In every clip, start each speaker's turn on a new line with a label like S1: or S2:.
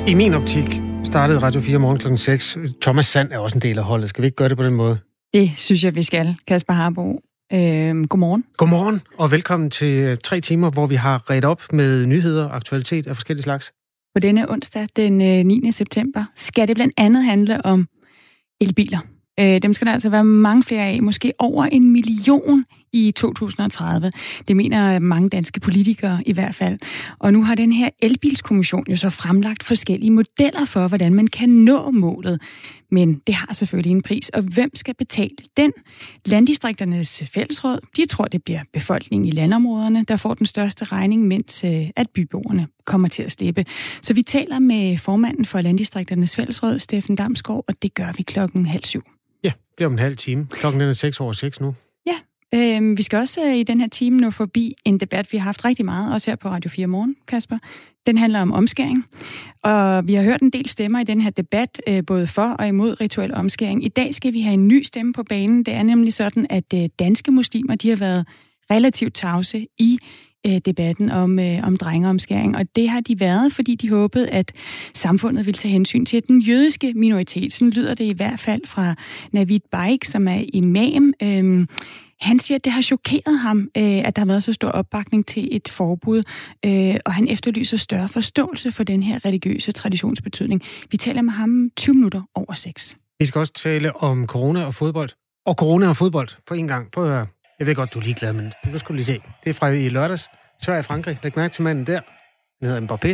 S1: I min optik startede Radio 4 morgen klokken 6. Thomas Sand er også en del af holdet. Skal vi ikke gøre det på den måde?
S2: Det synes jeg, vi skal, Kasper Harbo. Godmorgen.
S1: Godmorgen, og velkommen til 3 timer, hvor vi har redt op med nyheder og aktualitet af forskellige slags.
S2: På denne onsdag, den 9. september, skal det blandt andet handle om elbiler. Dem skal der altså være mange flere af, måske over 1 million i 2030. Det mener mange danske politikere i hvert fald. Og nu har den her elbilskommission jo så fremlagt forskellige modeller for, hvordan man kan nå målet. Men det har selvfølgelig en pris, og hvem skal betale den? Landdistrikternes fællesråd, de tror, det bliver befolkningen i landområderne, der får den største regning, mens at byboerne kommer til at slippe. Så vi taler med formanden for Landdistrikternes fællesråd, Steffen Damsgaard, og det gør vi 6:30.
S1: Ja, det er om en halv time. Klokken er 6:06 nu.
S2: Ja, vi skal også i den her time nå forbi en debat, vi har haft rigtig meget, også her på Radio 4 Morgen, Kasper. Den handler om omskæring, og vi har hørt en del stemmer i den her debat, både for og imod rituel omskæring. I dag skal vi have en ny stemme på banen. Det er nemlig sådan, at danske muslimer, de har været relativt tavse i debatten om drengeomskæring, og det har de været, fordi de håbede, at samfundet ville tage hensyn til den jødiske minoritet. Sådan lyder det i hvert fald fra Navid Baik, som er imam. Han siger, at det har chokeret ham, at der har været så stor opbakning til et forbud, og han efterlyser større forståelse for den her religiøse traditionsbetydning. Vi taler med ham 6:20.
S1: Vi skal også tale om corona og fodbold. Og corona og fodbold på en gang. Prøv at høre. Jeg ved godt, du er ligeglad, men du skal lige se. Det er fra i lørdags. Sverige og Frankrig. Læg mærke til manden der. Han hedder Mbappé.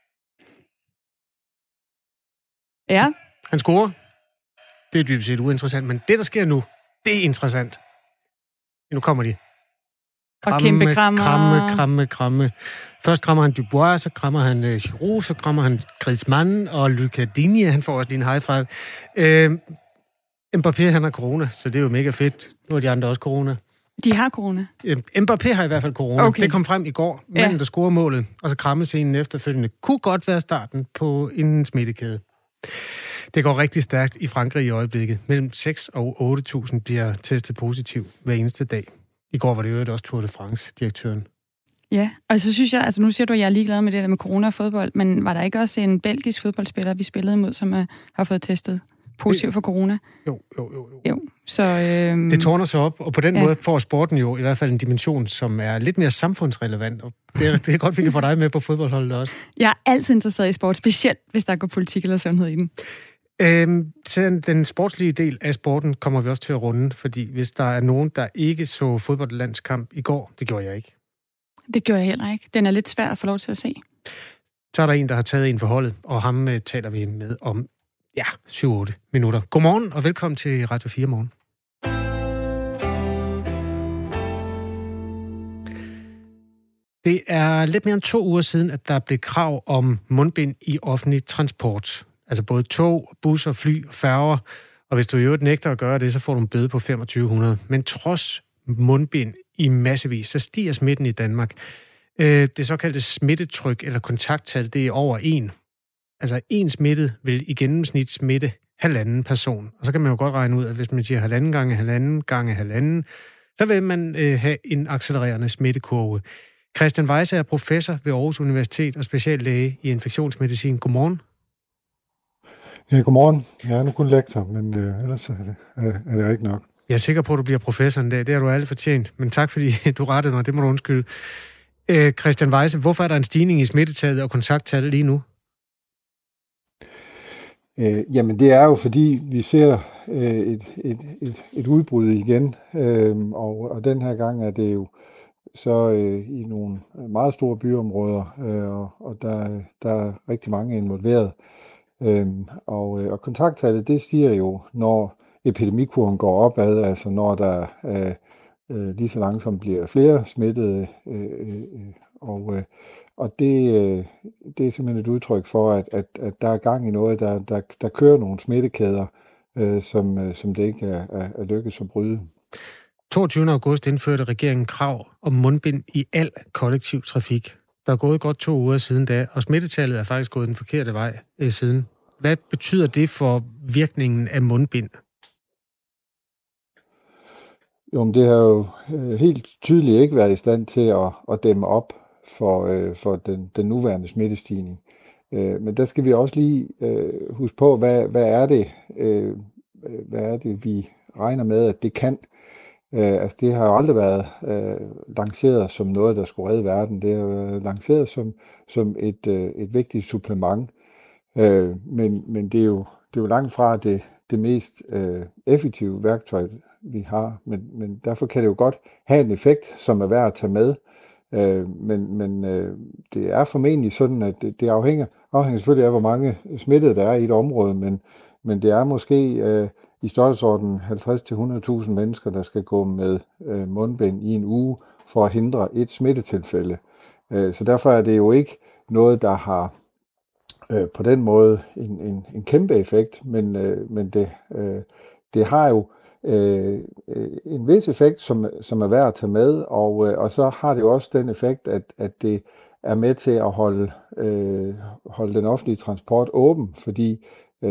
S2: Ja.
S1: Han scorer. Det er dybest set uinteressant, men det, der sker nu, det er interessant. Nu kommer de.
S2: Og kæmpe krammer.
S1: Kramme. Først krammer han Dubois, så krammer han Giroud, så krammer han Griezmann, og Lucas Digne, han får også lige en high five. Mbappé, han har corona, så det er jo mega fedt. Nu har de andre også corona.
S2: De har corona?
S1: Mbappé har i hvert fald corona. Okay. Det kom frem i går. Manden, der scorer målet, og så krammescenen efterfølgende, kunne godt være starten på en smittekæde. Det går rigtig stærkt i Frankrig i øjeblikket. Mellem 6 og 8.000 bliver testet positiv hver eneste dag. I går var det jo også Tour de France-direktøren.
S2: Ja, og så synes jeg, altså nu siger du, at jeg er ligeglad med det der med corona og fodbold, men var der ikke også en belgisk fodboldspiller, vi spillede imod, som har fået testet positiv for corona? Jo. Så,
S1: det tårner sig op, og på den måde får sporten jo i hvert fald en dimension, som er lidt mere samfundsrelevant. Og det er godt, vi kan få dig med på fodboldholdet også. Jeg
S2: er altid interesseret i sport, specielt hvis der går politik eller sundhed i den.
S1: Den sportslige del af sporten kommer vi også til at runde, fordi hvis der er nogen, der ikke så fodboldlandskamp i går, det gjorde jeg ikke.
S2: Det gjorde jeg heller ikke. Den er lidt svær at få lov til at se.
S1: Så er der en, der har taget en for holdet, og ham taler vi med om 7-8 minutter. Godmorgen og velkommen til Radio 4 Morgen. Det er lidt mere end 2 uger siden, at der blev krav om mundbind i offentlig transport. Altså både tog, busser, fly og færger. Og hvis du i øvrigt nægter at gøre det, så får du en bøde på 2.500. Men trods mundbind i massevis, så stiger smitten i Danmark. Det såkaldte smittetryk eller kontakttal, det er over 1. Altså 1 smittet vil i gennemsnit smitte 1,5 person. Og så kan man jo godt regne ud, at hvis man siger 1,5 gange 1,5, så vil man have en accelererende smittekurve. Christian Weise er professor ved Aarhus Universitet og speciallæge i infektionsmedicin. Godmorgen.
S3: Ja, godmorgen. Jeg er nu kun lektor, men ellers er det ikke nok.
S1: Jeg er sikker på, at du bliver professor en dag. Det har du alle fortjent. Men tak, fordi du rettede mig. Det må du undskylde. Christian Weise, hvorfor er der en stigning i smittetallet og kontakttallet lige nu?
S3: Jamen, det er jo, fordi vi ser et udbrud igen. Og den her gang er det jo så i nogle meget store byområder, og der er rigtig mange involveret. Og kontakttallet, det stiger jo, når epidemikurven går opad, altså når der lige så langsomt bliver flere smittede, og det er simpelthen et udtryk for, at der er gang i noget, der kører nogle smittekæder, som det ikke er lykkedes at bryde.
S1: 22. august indførte regeringen krav om mundbind i al kollektiv trafik. Der er gået godt 2 uger siden da, og smittetallet er faktisk gået den forkerte vej siden. Hvad betyder det for virkningen af mundbind?
S3: Jo, men det har jo helt tydeligt ikke været i stand til at dæmme op for den nuværende smittestigning. Men der skal vi også lige huske på, hvad er det, vi regner med, at det kan. Altså det har jo aldrig været lanceret som noget, der skulle redde verden. Det har været lanceret som et vigtigt supplement. Men det er jo langt fra det mest effektive værktøj, vi har. Men derfor kan det jo godt have en effekt, som er værd at tage med. Men det er formentlig sådan, at det afhænger selvfølgelig af, hvor mange smittede der er i et område, men det er måske i størrelsesorden 50-100.000 mennesker, der skal gå med mundbind i en uge for at hindre et smittetilfælde. Så derfor er det jo ikke noget, der har på den måde en kæmpe effekt, men det har jo en vis effekt, som er værd at tage med, og så har det jo også den effekt, at det er med til at holde den offentlige transport åben, fordi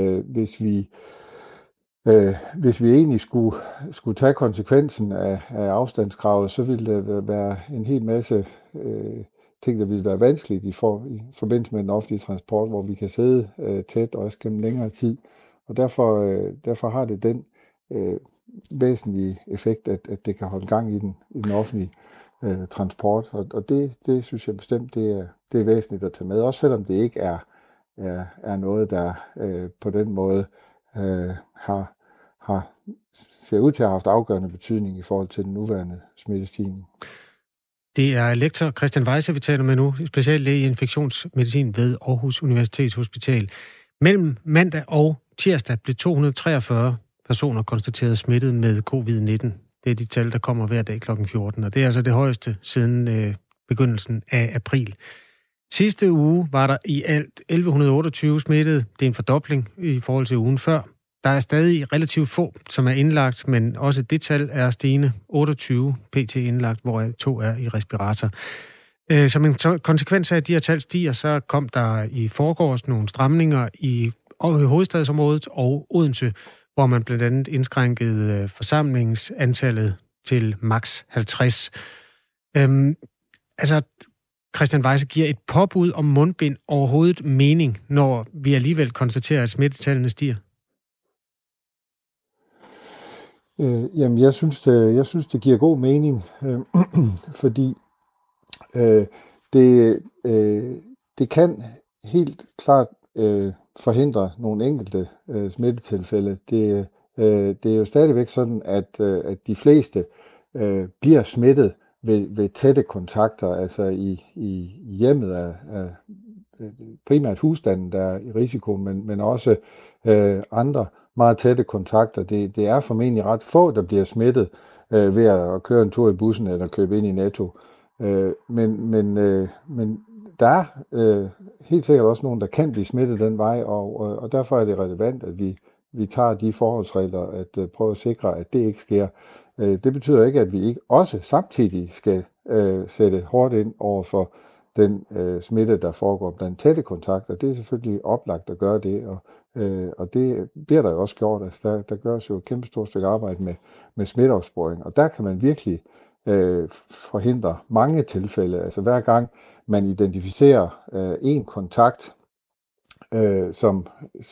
S3: hvis vi egentlig skulle tage konsekvensen af afstandskravet, så ville der være en hel masse ting, der ville være vanskeligt i forbindelse med den offentlige transport, hvor vi kan sidde tæt også gennem længere tid. Og derfor har det den væsentlige effekt, at det kan holde gang i den offentlige transport. Og det synes jeg bestemt, det er væsentligt at tage med, også selvom det ikke er noget, der på den måde ser ud til at have haft afgørende betydning i forhold til den nuværende smittestigning.
S1: Det er lektor Christian Weise, vi taler med nu, speciallæge i infektionsmedicin ved Aarhus Universitetshospital. Mellem mandag og tirsdag blev 243 personer konstateret smittet med covid-19. Det er de tal, der kommer hver dag kl. 14, og det er altså det højeste siden begyndelsen af april. Sidste uge var der i alt 1128 smittede. Det er en fordobling i forhold til ugen før. Der er stadig relativt få, som er indlagt, men også det tal er stigende. 28 pt. Indlagt, hvor 2 er i respirator. Som en konsekvens af, at de her tal stiger, så kom der i forgårs nogle stramninger i hovedstadsområdet og Odense, hvor man blandt andet indskrænkede forsamlingsantallet til maks 50. Christian Weise, giver et påbud om mundbind overhovedet mening, når vi alligevel konstaterer, at smittetallene stiger?
S3: Jamen, jeg synes, det giver god mening, fordi det kan helt klart forhindre nogle enkelte smittetilfælde. Det er jo stadigvæk sådan, at de fleste bliver smittet ved tætte kontakter, altså i hjemmet af primært husstanden, der er i risiko, men også andre meget tætte kontakter. Det er formentlig ret få, der bliver smittet ved at køre en tur i bussen eller købe ind i Netto. Men der er helt sikkert også nogen, der kan blive smittet den vej, og derfor er det relevant, at vi tager de forholdsregler at prøve at sikre, at det ikke sker. Det betyder ikke, at vi ikke også samtidig skal sætte hårdt ind over for den smitte, der foregår blandt tætte kontakter. Det er selvfølgelig oplagt at gøre det, og det bliver der jo også gjort. Altså der gøres jo et kæmpe stort stykke arbejde med smitteopsporing, og der kan man virkelig forhindre mange tilfælde. Altså hver gang man identificerer en kontakt, som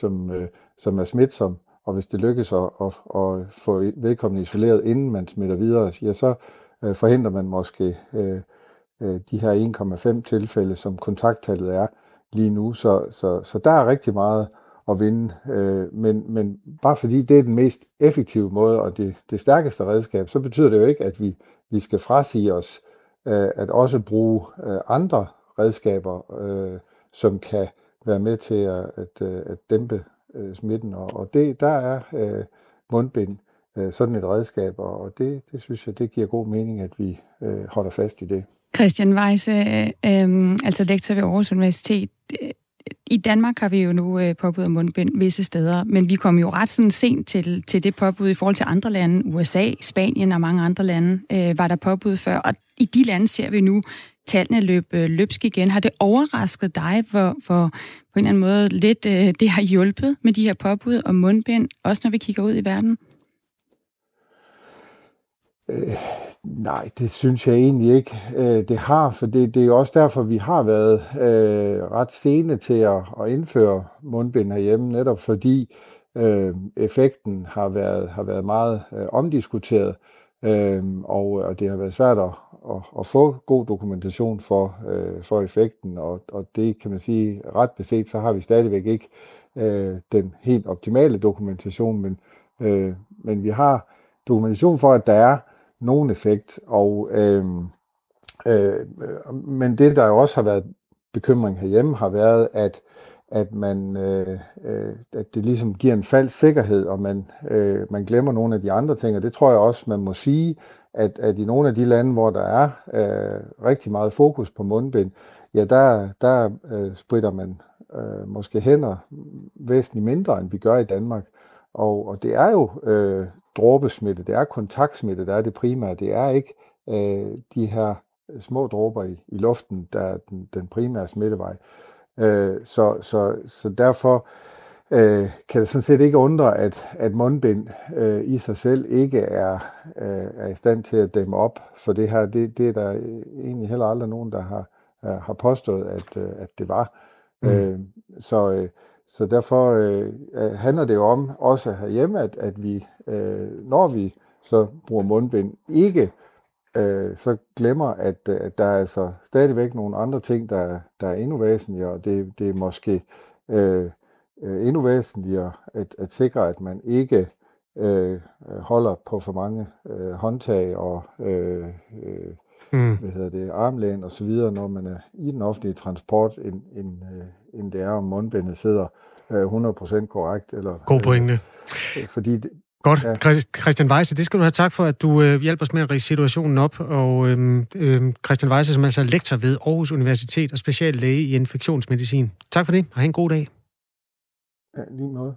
S3: er smitsom, og hvis det lykkes at få vedkommende isoleret, inden man smitter videre, ja, så forhindrer man måske de her 1,5 tilfælde, som kontakttallet er lige nu. Så der er rigtig meget at vinde. Men bare fordi det er den mest effektive måde og det stærkeste redskab, så betyder det jo ikke, at vi skal frasige os at også bruge andre redskaber, som kan være med til at dæmpe smitten. Og der er mundbind sådan et redskab, og det synes jeg, det giver god mening, at vi holder fast i det.
S2: Christian Weise, altså lektor ved Aarhus Universitet. I Danmark har vi jo nu påbud om mundbind visse steder, men vi kom jo ret sådan sent til det påbud i forhold til andre lande. USA, Spanien og mange andre lande var der påbud før, og i de lande ser vi nu tallene løbsk igen. Har det overrasket dig, hvor på en eller anden måde lidt det har hjulpet med de her påbud om mundbind, også når vi kigger ud i verden?
S3: Nej, det synes jeg egentlig ikke, det har, for det er jo også derfor, vi har været ret sene til at indføre mundbind herhjemme, netop fordi effekten har været meget omdiskuteret, og det har været svært at få god dokumentation for effekten, og det kan man sige, ret beset, så har vi stadigvæk ikke den helt optimale dokumentation, men vi har dokumentation for, at der er nogen effekt, men det, der jo også har været bekymring herhjemme, har været, at det ligesom giver en falsk sikkerhed, og man glemmer nogle af de andre ting, og det tror jeg også, man må sige, at i nogle af de lande, hvor der er rigtig meget fokus på mundbind, ja, der spritter man måske hænder væsentligt mindre, end vi gør i Danmark. Og det er jo dråbesmitte, det er kontaktsmitte, der er det primære. Det er ikke de her små dråber i luften, der er den primære smittevej. Så derfor kan det sådan set ikke undre, at mundbind i sig selv ikke er i stand til at dæmme op for det her. Det er der egentlig heller aldrig nogen, der har påstået, at det var. Så derfor handler det jo om, også herhjemme, at vi, når vi så bruger mundbind, ikke så glemmer, at der er altså stadigvæk nogle andre ting, der er endnu væsentligere, og det er måske endnu væsentligere at sikre, at man ikke holder på for mange håndtag og armlæn og så videre, når man er i den offentlige transport, end det er, om mundbindet sidder 100% korrekt. Eller,
S1: god pointe.
S3: Fordi
S1: godt. Ja. Christian Weise, det skal du have tak for, at du hjælper os med at ridse situationen op. Og Christian Weise, som altså er lektor ved Aarhus Universitet og speciallæge i infektionsmedicin. Tak for det, og have en god dag.
S3: Ja, lige måde.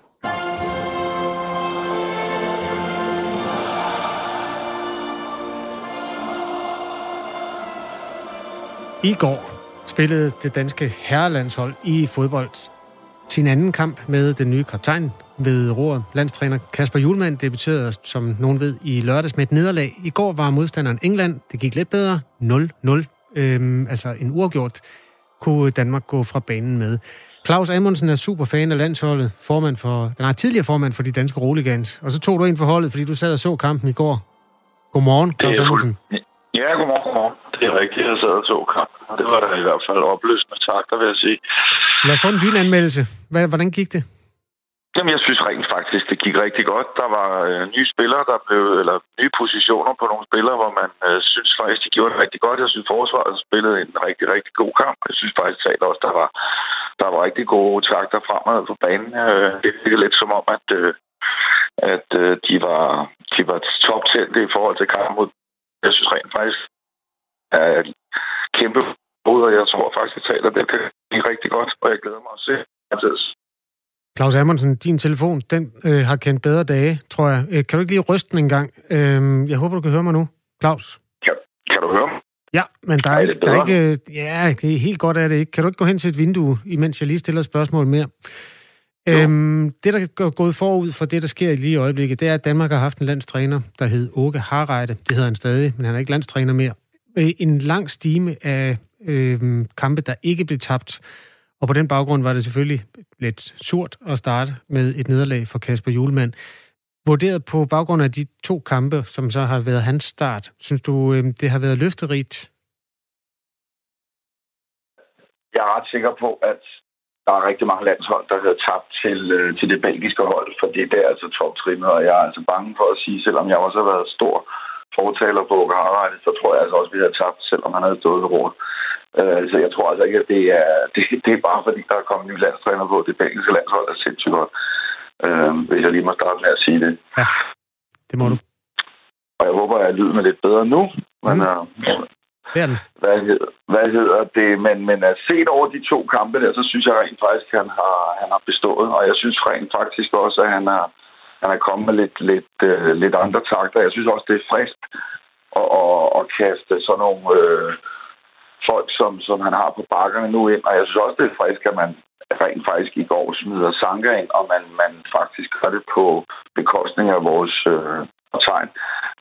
S1: I går spillede det danske herrelandshold i fodbold sin anden kamp med den nye kaptajn ved roret. Landstræner Kasper Hjulmand debuterede, som nogen ved, i lørdags med et nederlag. I går var modstanderen England. Det gik lidt bedre. 0-0. Altså en uafgjort kunne Danmark gå fra banen med. Claus Amundsen er superfan af landsholdet. Tidligere formand for de danske Roligans. Og så tog du ind for holdet, fordi du sad og så kampen i går. Godmorgen, Claus Amundsen.
S4: Ja, godmorgen. Det er rigtigt, jeg sad og så kampen. Og det var da i hvert fald opløsende takter, vil jeg sige.
S1: Lad os få en lynanmeldelse. Hvordan gik det?
S4: Jamen, jeg synes rent faktisk, det gik rigtig godt. Der var nye spillere, eller nye positioner på nogle spillere, hvor man synes faktisk, de gjorde det rigtig godt. Jeg synes, forsvaret spillede en rigtig, rigtig god kamp. Jeg synes faktisk også, der var rigtig gode takter fremad på banen. Det virkede lidt som om, at de var toptændte i forhold til kampen. Jeg synes rent faktisk er kæmpe hoved, og jeg tror faktisk, at det kan blive rigtig godt, og jeg glæder mig at se.
S1: Claus Amundsen, din telefon, den har kendt bedre dage, tror jeg. Kan du ikke lige ryste den en gang? Jeg håber, du kan høre mig nu. Claus?
S4: Kan du høre mig?
S1: Ja, men der er ikke... Ja, det er helt godt, er det ikke. Kan du ikke gå hen til et vindue, imens jeg lige stiller et spørgsmål mere? Det, der er gået forud for det, der sker lige i øjeblikket, det er, at Danmark har haft en landstræner, der hed Åke Hareide. Det hedder han stadig, men han er ikke landstræner mere. En lang stime af kampe, der ikke blev tabt. Og på den baggrund var det selvfølgelig lidt surt at starte med et nederlag for Kasper Hjulmand. Vurderet på baggrund af de 2 kampe, som så har været hans start, synes du, det har været løfterigt?
S4: Jeg er ret sikker på, at der er rigtig mange landshold, der havde tabt til det belgiske hold, fordi det er altså toptrimmet, og jeg er altså bange for at sige, selvom jeg også har været stor fortaler på Åke Hareide, så tror jeg altså også, at vi havde tabt, selvom han havde stået ved roret. Så jeg tror altså ikke, at det er bare fordi, der er kommet nye landstræner på. Det belgiske landshold er sindssygt godt. Hvis jeg lige må starte med at sige det.
S1: Ja, det må du.
S4: Og jeg håber, at jeg lyder mig lidt bedre nu. Men
S1: det er den.
S4: Hvad hedder det? Men at set over de 2 kampe der, så synes jeg rent faktisk, at han har bestået. Og jeg synes rent faktisk også, at han er kommet med lidt andre takter. Jeg synes også, det er frisk at kaste sådan nogle folk, som han har på bakkerne nu ind. Og jeg synes også, det er frisk, at man rent faktisk i går smider Sanka ind, og man faktisk gør det på bekostning af vores tegn.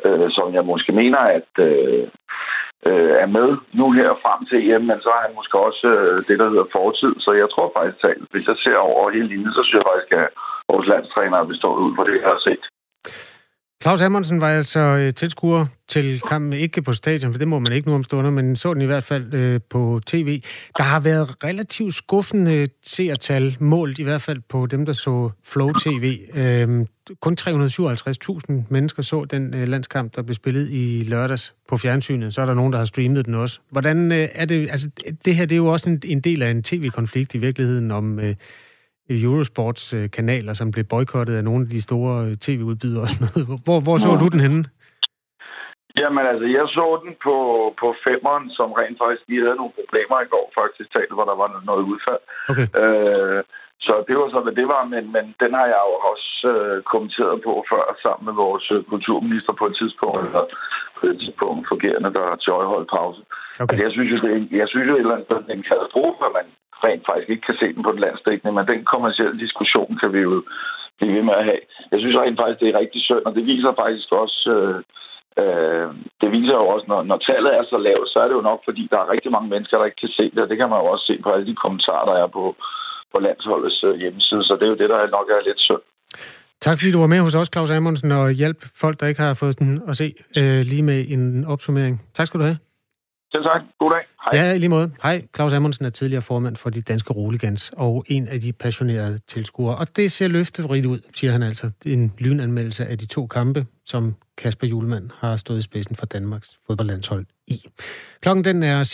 S4: som jeg måske mener, at er med nu her frem til EM, men så er han måske også det, der hedder fortid. Så jeg tror faktisk, at hvis jeg ser over hele linjen, så synes jeg faktisk, at vores landstrænere består ud for det, jeg har set.
S1: Claus Amundsen var altså tilskuer til kampen, ikke på stadion, for det må man ikke nu om stunder, men så den i hvert fald på tv. Der har været relativt skuffende seertal målt, i hvert fald på dem, der så Flow TV. Kun 357.000 mennesker så den landskamp, der blev spillet i lørdags på fjernsynet. Så er der nogen, der har streamet den også. Hvordan er det? Altså, det her det er jo også en del af en tv-konflikt i virkeligheden om Eurosports kanaler, som blev boykottet af nogle af de store tv-udbydere og sådan noget. Hvor så du den henne?
S4: Jamen altså, jeg så den på femmeren, som rent faktisk lige havde nogle problemer i går, faktisk talt, hvor der var noget udfald. Okay. Så det var så, hvad det var, men den har jeg jo også kommenteret på før, sammen med vores kulturminister på et tidspunkt fungerende, der til øjeholdt pause. Okay. Altså, jeg synes jo et eller andet, det er en katastrofe, at man rent faktisk ikke kan se den på den landsdækkende, men den kommercielle diskussion kan vi jo blive ved med at have. Jeg synes rent faktisk, det er rigtig synd, og det viser faktisk også, det viser jo også, når tallet er så lavt, så er det jo nok, fordi der er rigtig mange mennesker, der ikke kan se det, og det kan man jo også se på alle de kommentarer, der er på landsholdets hjemmeside, så det er jo det, der nok er lidt synd.
S1: Tak fordi du var med hos os, Claus Amundsen, og hjælp folk, der ikke har fået den at se lige med en opsummering. Tak skal du have.
S4: Selv tak. God dag. Hej.
S1: Ja, i lige måde. Hej. Claus Amundsen er tidligere formand for de danske Roligans og en af de passionerede tilskuere. Og det ser løfterigt ud, siger han altså. Det er en lynanmeldelse af de 2 kampe, som Kasper Hjulmand har stået i spidsen for Danmarks fodboldlandshold i. Klokken den er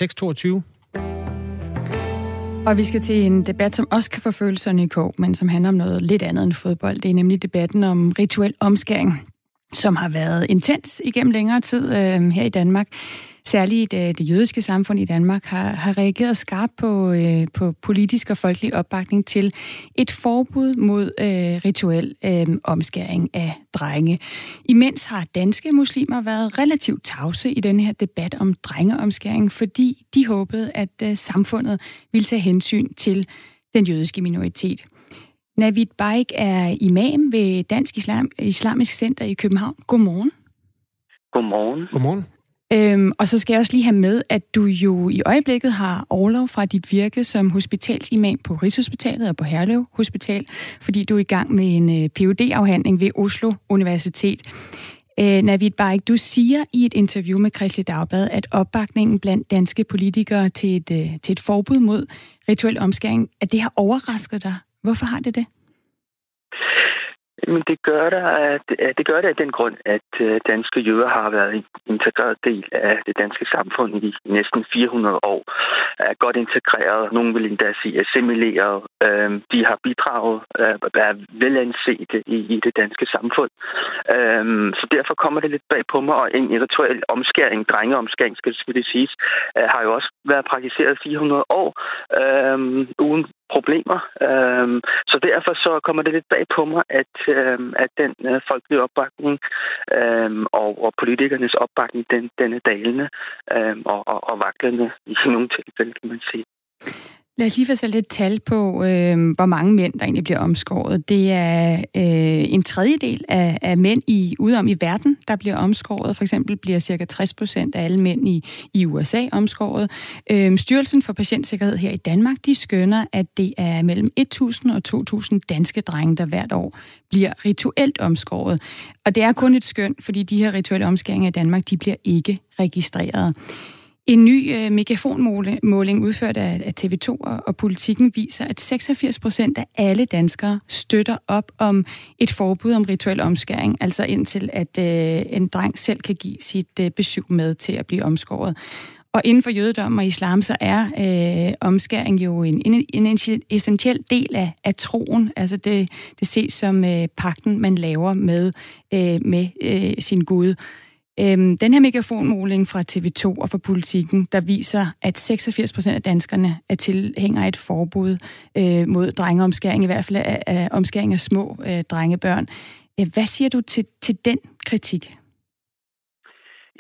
S1: 6:22.
S2: Og vi skal til en debat, som også kan få følelserne i kog, men som handler om noget lidt andet end fodbold. Det er nemlig debatten om rituel omskæring, som har været intens igennem længere tid her i Danmark. Særligt det jødiske samfund i Danmark har reageret skarpt på politisk og folkelig opbakning til et forbud mod rituel omskæring af drenge. Imens har danske muslimer været relativt tavse i denne her debat om drengeomskæring, fordi de håbede, at samfundet ville tage hensyn til den jødiske minoritet. Navid Baik er imam ved Dansk Islamisk Center i København. Godmorgen.
S5: Godmorgen.
S1: Godmorgen.
S2: Og så skal jeg også lige have med, at du jo i øjeblikket har orlov fra dit virke som hospitalsimam på Rigshospitalet og på Herlev Hospital, fordi du er i gang med en Ph.D.-afhandling ved Oslo Universitet. Navid Baik, du siger i et interview med Kristeligt Dagblad, at opbakningen blandt danske politikere til et forbud mod rituel omskæring, at det har overrasket dig. Hvorfor har det det?
S5: Men det gør det af den grund, at danske jøder har været en integreret del af det danske samfund i næsten 400 år. Er godt integreret, nogen vil endda sige assimileret. De har bidraget, er velansete i det danske samfund. Så derfor kommer det lidt bag på mig, og en rituel omskæring, drengeomskæring skal det siges, har jo også været praktiseret 400 år uden problemer. Så derfor så kommer det lidt bag på mig, at den folkelige opbakning og politikernes opbakning, den er dalende og vaklende i nogle tilfælde, kan man sige.
S2: Lad os lige få lidt tal på, hvor mange mænd, der egentlig bliver omskåret. Det er en tredjedel af mænd udom i verden, der bliver omskåret. For eksempel bliver ca. 60% af alle mænd i USA omskåret. Styrelsen for Patientsikkerhed her i Danmark, de skønner, at det er mellem 1.000 og 2.000 danske drenge, der hvert år bliver rituelt omskåret. Og det er kun et skøn, fordi de her rituelle omskæringer i Danmark, de bliver ikke registreret. En ny megafonmåling udført af TV2 og Politikken viser, at 86% af alle danskere støtter op om et forbud om rituel omskæring, altså indtil at en dreng selv kan give sit besyv med til at blive omskåret. Og inden for jødedom og islam, så er omskæring jo en essentiel del af troen. Altså det ses som pagten, man laver med sin Gud. Den her megafonmåling fra TV2 og fra Politikken, der viser, at 86% af danskerne er tilhængere af et forbud mod drengeomskæring, i hvert fald af omskæring af små drengebørn. Hvad siger du til den kritik?
S5: Jamen, jeg kan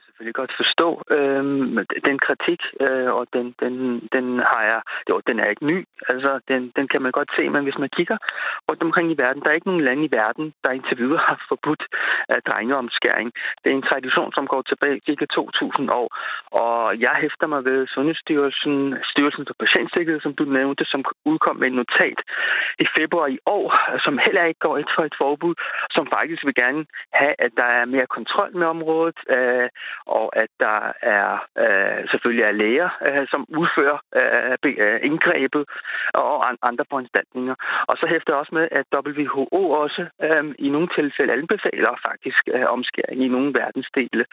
S5: selvfølgelig godt forstå den kritik, og den har jeg... Jo, den er ikke ny. Altså, den kan man godt se, men hvis man kigger rundt omkring i verden, der er ikke nogen lande i verden, der indtil videre har forbudt drengeomskæring. Det er en tradition, som går tilbage cirka 2000 år, og jeg hæfter mig ved Styrelsen for Patientsikkerhed, som du nævnte, som udkom med et notat i februar i år, som heller ikke går ind for et forbud, som faktisk vil gerne have, at der er mere kontrol med området, og at der er selvfølgelig er læger, som udfører indgrebet og andre foranstaltninger. Og så hæfter jeg også med, at WHO også i nogle tilfælde anbefaler faktisk omskæring i nogle verdensdele.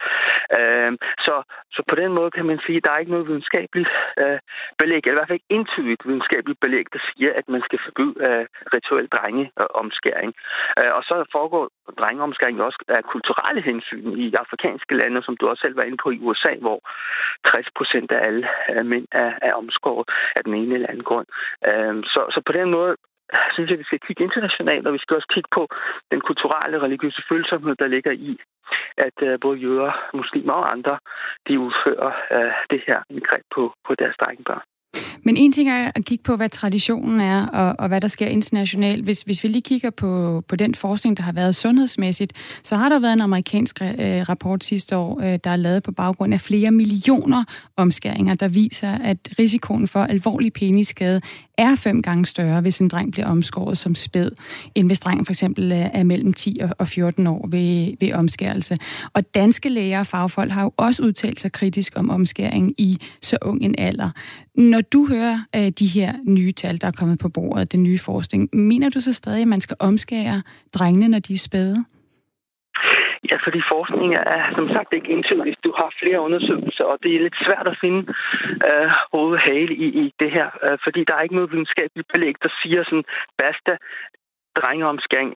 S5: Så på den måde kan man sige, at der er ikke noget videnskabeligt belæg, eller i hvert fald ikke entydigt videnskabeligt belæg, der siger, at man skal forbyde rituel drengeomskæring. Og så foregår drengeomskæring også af kulturelle hensyn i afrikanske lande, som du også selv var inde på i USA, hvor 60% af alle mænd er omskåret af den ene eller anden grund. Så på den måde synes jeg, at vi skal kigge internationalt, og vi skal også kigge på den kulturelle religiøse følsomhed, der ligger i, at både jøder, muslimer og andre, de udfører det her indgreb på deres drengebørn.
S2: Men en ting er at kigge på, hvad traditionen er, og hvad der sker internationalt. Hvis vi lige kigger på den forskning, der har været sundhedsmæssigt, så har der været en amerikansk rapport sidste år, der er lavet på baggrund af flere millioner omskæringer, der viser, at risikoen for alvorlig penisskade er 5 gange større, hvis en dreng bliver omskåret som spæd, end hvis drengen for eksempel er mellem 10 og 14 år ved omskærelse. Og danske læger og fagfolk har jo også udtalt sig kritisk om omskæring i så ung en alder. Når du hører de her nye tal, der er kommet på bordet, den nye forskning, mener du så stadig, at man skal omskære drengene, når de er spæde?
S5: Ja, fordi forskning er som sagt ikke entydigt. Du har flere undersøgelser, og det er lidt svært at finde hoved og hale i det her, fordi der er ikke noget videnskabeligt belæg, der siger sådan, basta, drengeomskæring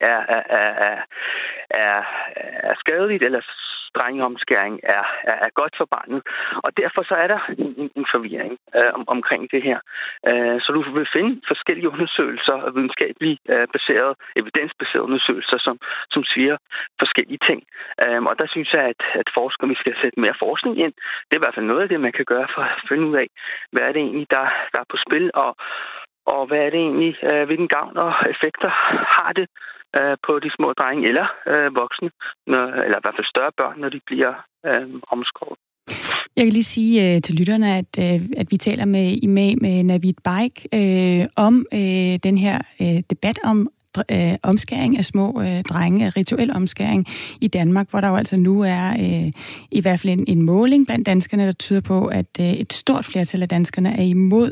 S5: er skadeligt, eller drengeomskæring er godt for barnet. Og derfor så er der en forvirring omkring det her. Så du vil finde forskellige undersøgelser, videnskabeligt baserede, evidensbaserede undersøgelser, som siger forskellige ting. Og der synes jeg, at forskere, vi skal sætte mere forskning ind. Det er i hvert fald noget af det, man kan gøre for at finde ud af, hvad er det egentlig, der er på spil, og hvad er det egentlig, hvilken gavn og effekter har det på de små drenge eller voksne, eller i hvert fald større børn, når de bliver omskåret.
S2: Jeg kan lige sige til lytterne, at vi taler med imam Navid Baik om den her debat om omskæring af små drenge, rituel omskæring i Danmark, hvor der jo altså nu er i hvert fald en måling blandt danskerne, der tyder på, at et stort flertal af danskerne er imod,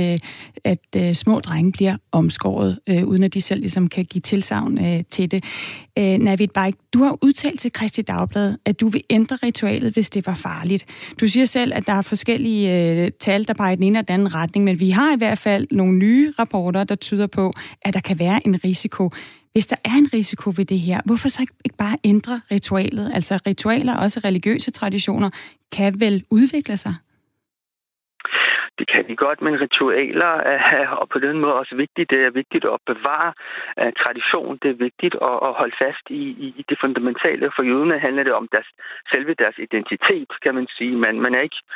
S2: at små drenge bliver omskåret, uden at de selv ligesom kan give tilsagn til det. Navid Baik, du har udtalt til Kristeligt Dagblad, at du vil ændre ritualet, hvis det var farligt. Du siger selv, at der er forskellige tal, der peger i den ene og den anden retning, men vi har i hvert fald nogle nye rapporter, der tyder på, at der kan være en risiko. Hvis der er en risiko ved det her, hvorfor så ikke bare ændre ritualet? Altså ritualer, også religiøse traditioner, kan vel udvikle sig?
S5: Det kan de godt, men ritualer er og på den måde også vigtigt. Det er vigtigt at bevare tradition. Det er vigtigt at holde fast i det fundamentale. For jøderne handler det om selve deres identitet, kan man sige. Man er ikke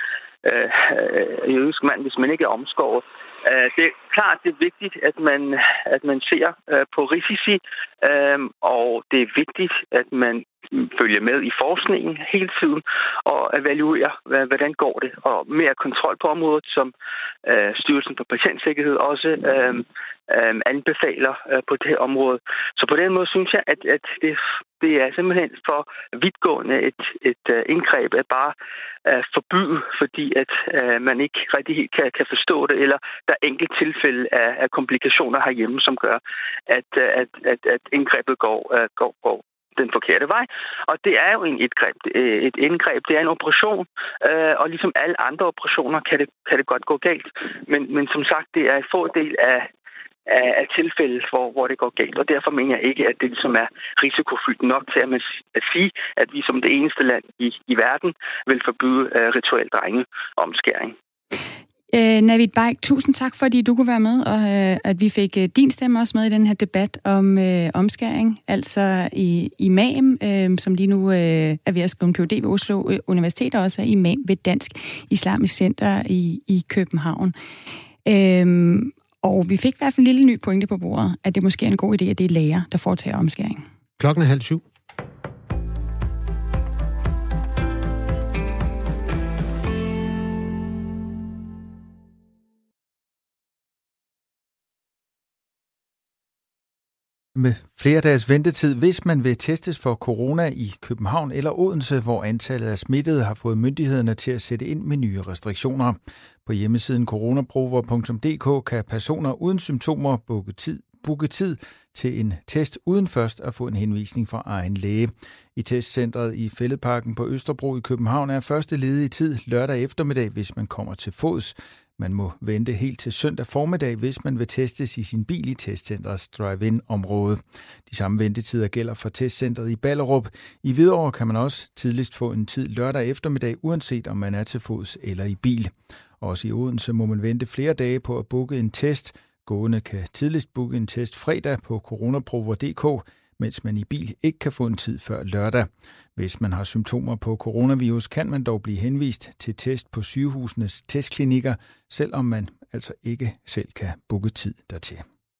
S5: jødisk mand, hvis man ikke er omskåret. Det er klart, det er vigtigt, at man ser på risici, og det er vigtigt, at man følger med i forskningen hele tiden og evaluerer, hvordan går det, og mere kontrol på området, som Styrelsen for Patientsikkerhed også anbefaler på det her område. Så på den måde synes jeg, at det er simpelthen for vidtgående et indgreb at bare forbyde, fordi at man ikke rigtig helt kan forstå det, eller der er enkelte tilfælde af komplikationer herhjemme, som gør, at indgrebet går den forkerte vej. Og det er jo et indgreb, det er en operation, og ligesom alle andre operationer kan det godt gå galt. Men som sagt, det er en få del af tilfælde, hvor det går galt. Og derfor mener jeg ikke, at det ligesom er risikofyldt nok til at sige, at vi som det eneste land i verden vil forbyde rituel drengeomskæring.
S2: Navid Baik, tusind tak, fordi du kunne være med, og at vi fik din stemme også med i den her debat om omskæring. Altså imam, som lige nu er ved at skrive en Ph.D. ved Oslo Universitet, og også er imam ved Dansk Islamisk Center i København. Og vi fik i hvert fald en lille ny pointe på bordet, at det måske er en god idé, at det er læger, der foretager omskæring.
S1: 6:30.
S6: Med flere dages ventetid, hvis man vil testes for corona i København eller Odense, hvor antallet af smittede har fået myndighederne til at sætte ind med nye restriktioner. På hjemmesiden coronaprover.dk kan personer uden symptomer booke tid til en test uden først at få en henvisning fra egen læge. I testcentret i Fælledparken på Østerbro i København er første ledige tid lørdag eftermiddag, hvis man kommer til fods. Man må vente helt til søndag formiddag, hvis man vil testes i sin bil i testcentrets drive-in-område. De samme ventetider gælder for testcentret i Ballerup. I Hvidovre kan man også tidligst få en tid lørdag eftermiddag, uanset om man er til fods eller i bil. Også i Odense må man vente flere dage på at booke en test. Gående kan tidligst booke en test fredag på coronaprover.dk, mens man i bil ikke kan få en tid før lørdag. Hvis man har symptomer på coronavirus, kan man dog blive henvist til test på sygehusenes testklinikker, selvom man altså ikke selv kan booke tid dertil.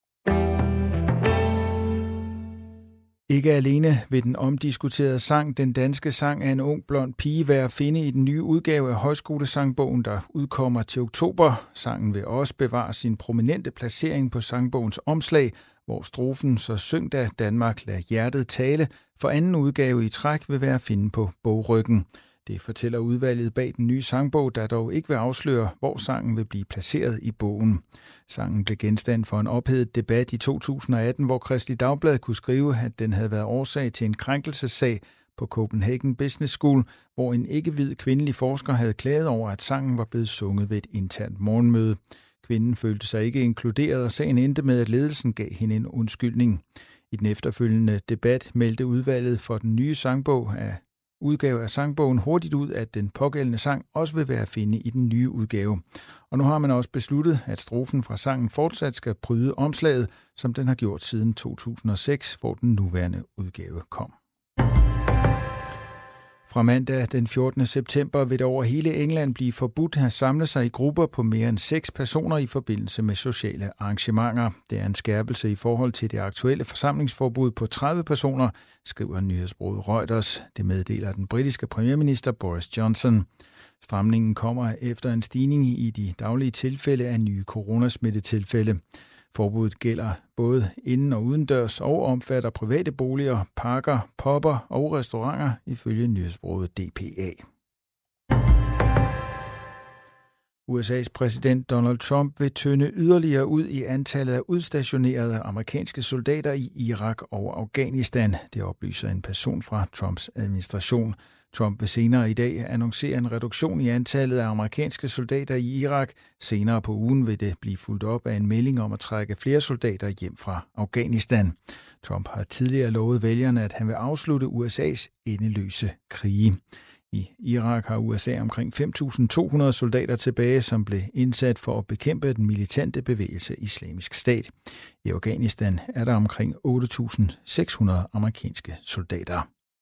S6: Ikke alene vil den omdiskuterede sang Den danske sang af en ung blond pige være at finde i den nye udgave af Højskolesangbogen, der udkommer til oktober. Sangen vil også bevare sin prominente placering på sangbogens omslag, hvor strofen Så syng da Danmark lad hjertet tale for anden udgave i træk vil være at finde på bogryggen. Det fortæller udvalget bag den nye sangbog, der dog ikke vil afsløre, hvor sangen vil blive placeret i bogen. Sangen blev genstand for en ophedet debat i 2018, hvor Kristeligt Dagblad kunne skrive, at den havde været årsag til en krænkelsessag på Copenhagen Business School, hvor en ikke-hvid kvindelig forsker havde klaget over, at sangen var blevet sunget ved et internt morgenmøde. Kvinden følte sig ikke inkluderet, og sagen endte med, at ledelsen gav hende en undskyldning. I den efterfølgende debat meldte udvalget for den nye udgave af sangbogen hurtigt ud, at den pågældende sang også vil være at finde i den nye udgave. Og nu har man også besluttet, at strofen fra sangen fortsat skal pryde omslaget, som den har gjort siden 2006, hvor den nuværende udgave kom. Fra mandag den 14. september vil det over hele England blive forbudt at samle sig i grupper på mere end 6 personer i forbindelse med sociale arrangementer. Det er en skærpelse i forhold til det aktuelle forsamlingsforbud på 30 personer, skriver nyhedsbureauet Reuters. Det meddeler den britiske premierminister Boris Johnson. Stramningen kommer efter en stigning i de daglige tilfælde af nye coronasmittetilfælde. Forbuddet gælder både inden- og udendørs og omfatter private boliger, parker, pubber og restauranter, ifølge nyhedsbureauet DPA. USA's præsident Donald Trump vil tynde yderligere ud i antallet af udstationerede amerikanske soldater i Irak og Afghanistan. Det oplyser en person fra Trumps administration. Trump vil senere i dag annoncere en reduktion i antallet af amerikanske soldater i Irak. Senere på ugen vil det blive fulgt op af en melding om at trække flere soldater hjem fra Afghanistan. Trump har tidligere lovet vælgerne, at han vil afslutte USA's endeløse krige. I Irak har USA omkring 5.200 soldater tilbage, som blev indsat for at bekæmpe den militante bevægelse Islamisk Stat. I Afghanistan er der omkring 8.600 amerikanske soldater.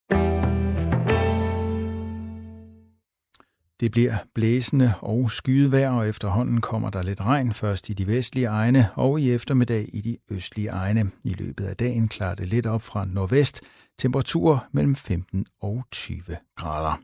S6: Det bliver blæsende og skyet vejr, og efterhånden kommer der lidt regn, først i de vestlige egne og i eftermiddag i de østlige egne. I løbet af dagen klarer det lidt op fra nordvest. Temperaturer mellem 15 og 20 grader.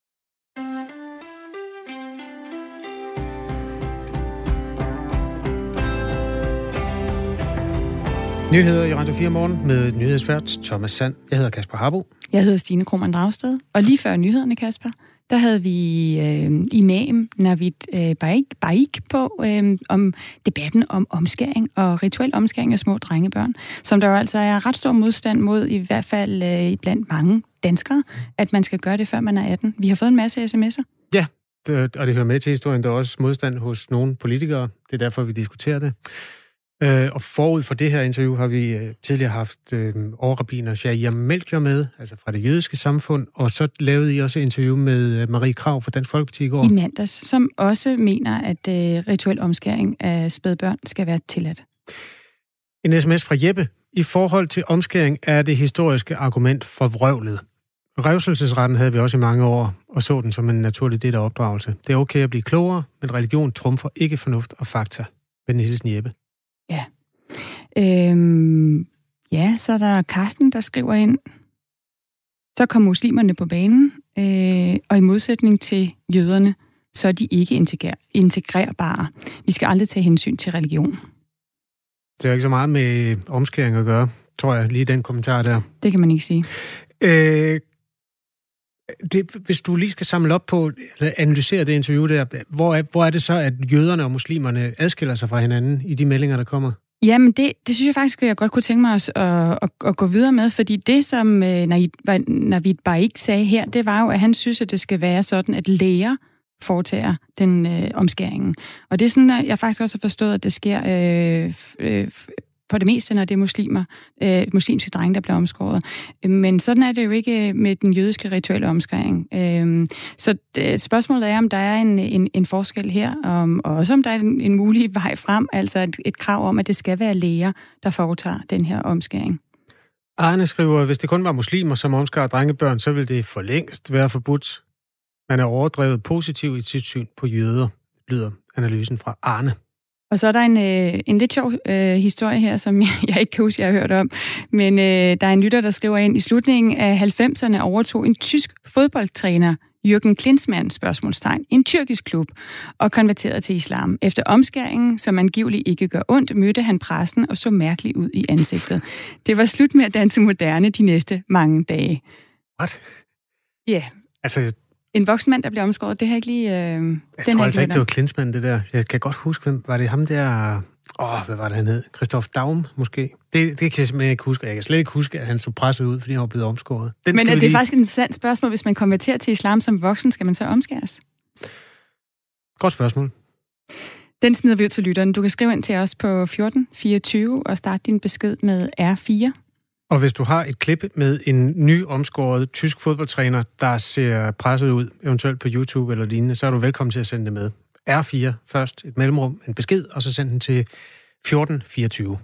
S1: Nyheder i Radio 4 morgen med nyhedsvært Thomas Sand. Jeg hedder Kasper Harbo.
S2: Jeg hedder Stine Krohmann Dragsted. Og lige før nyhederne, Kasper, der havde vi imam Navid Baik på om debatten om omskæring og rituel omskæring af små drengebørn, som der jo altså er ret stor modstand mod, i hvert fald blandt mange danskere, at man skal gøre det, før man er 18. Vi har fået en masse sms'er. Ja,
S1: og det hører med til historien. Der er også modstand hos nogle politikere. Det er derfor, vi diskuterer det. Og forud for det her interview har vi tidligere haft overrabbiner Shahir Melchior med, altså fra det jødiske samfund, og så lavede I også et interview med Marie Krav fra Dansk Folkeparti i går.
S2: I mandags, som også mener, at rituel omskæring af spædbørn skal være tilladt.
S1: En sms fra Jeppe. I forhold til omskæring er det historiske argument forvrøvlet. Revselsesretten havde vi også i mange år, og så den som en naturlig del af opdragelse. Det er okay at blive klogere, men religion trumfer ikke fornuft og fakta. Venlig hilsen, Jeppe.
S2: Ja. Ja, så er der Karsten, der skriver ind. Så kom muslimerne på banen, og i modsætning til jøderne, så er de ikke integrerbare. Vi skal aldrig tage hensyn til religion.
S1: Det er ikke så meget med omskæring at gøre, tror jeg, lige den kommentar der.
S2: Det kan man ikke sige.
S1: Hvis du lige skal samle op på, eller analysere det interview der, hvor er det så, at jøderne og muslimerne adskiller sig fra hinanden i de meldinger, der kommer?
S2: Jamen, det synes jeg faktisk, jeg godt kunne tænke mig at gå videre med, fordi det, som Navid Baik sagde her, det var jo, at han synes, at det skal være sådan, at læger foretager den omskæringen. Og det er sådan, at jeg faktisk også har forstået, at det sker for det meste, når det er muslimske drenge, der bliver omskåret. Men sådan er det jo ikke med den jødiske rituelle omskæring. Så spørgsmålet er, om der er en forskel her, og også om der er en mulig vej frem, altså et krav om, at det skal være læger, der foretager den her omskæring.
S1: Arne skriver, at hvis det kun var muslimer, som omskærer drengebørn, så ville det for længst være forbudt. Man er overdrevet positiv i sit syn på jøder, lyder analysen fra Arne.
S2: Og så er der en lidt sjov historie her, som jeg ikke kan huske, jeg har hørt om. Men der er en lytter, der skriver ind, i slutningen af 90'erne overtog en tysk fodboldtræner, Jürgen Klinsmann, spørgsmålstegn, en tyrkisk klub, og konverterede til islam. Efter omskæringen, som angiveligt ikke gør ondt, mødte han pressen og så mærkeligt ud i ansigtet. Det var slut med at danse moderne de næste mange dage.
S1: What?
S2: Ja. Yeah.
S1: Altså...
S2: En voksen mand, der bliver omskåret, det har ikke lige...
S1: jeg tror altså ikke, det var Klinsmann, det der. Jeg kan godt huske, hvem var det ham der... hvad var det, han hed? Christoph Daum, måske? Det kan jeg simpelthen ikke huske. Jeg kan slet ikke huske, at han så presset ud, fordi han var blevet omskåret.
S2: Men er det faktisk et interessant spørgsmål, hvis man konverterer til islam som voksen, skal man så omskæres?
S1: Godt spørgsmål.
S2: Den smider vi ud til lytteren. Du kan skrive ind til os på 1424 og starte din besked med R4.
S1: Og hvis du har et klip med en ny omskåret tysk fodboldtræner, der ser presset ud, eventuelt på YouTube eller lignende, så er du velkommen til at sende det med. R4 først, et mellemrum, en besked, og så send den til 1424.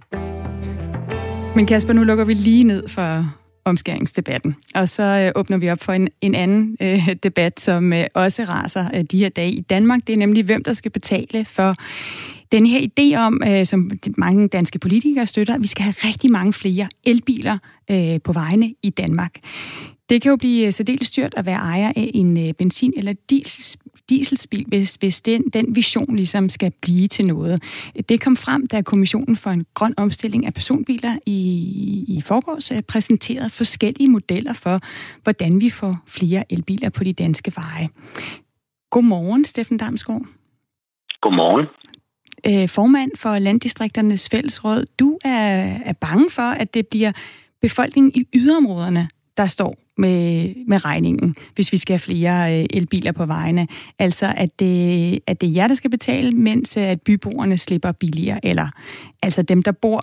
S2: Men Kasper, nu lukker vi lige ned for omskæringsdebatten, og så åbner vi op for en anden debat, som også raser de her dage i Danmark. Det er nemlig, hvem der skal betale for den her idé om, som mange danske politikere støtter, at vi skal have rigtig mange flere elbiler på vejene i Danmark. Det kan jo blive særdeles dyrt at være ejer af en benzin- eller dieselbil, hvis den vision ligesom skal blive til noget. Det kom frem, da Kommissionen for en grøn omstilling af personbiler i forgårs præsenterede forskellige modeller for, hvordan vi får flere elbiler på de danske veje. Godmorgen, Steffen Damsgaard.
S7: Godmorgen.
S2: Formand for Landdistrikternes Fællesråd. Du er bange for, at det bliver befolkningen i yderområderne, der står med regningen, hvis vi skal have flere elbiler på vejene. Altså, at det er jer, der skal betale, mens at byboerne slipper billigere, eller altså dem, der bor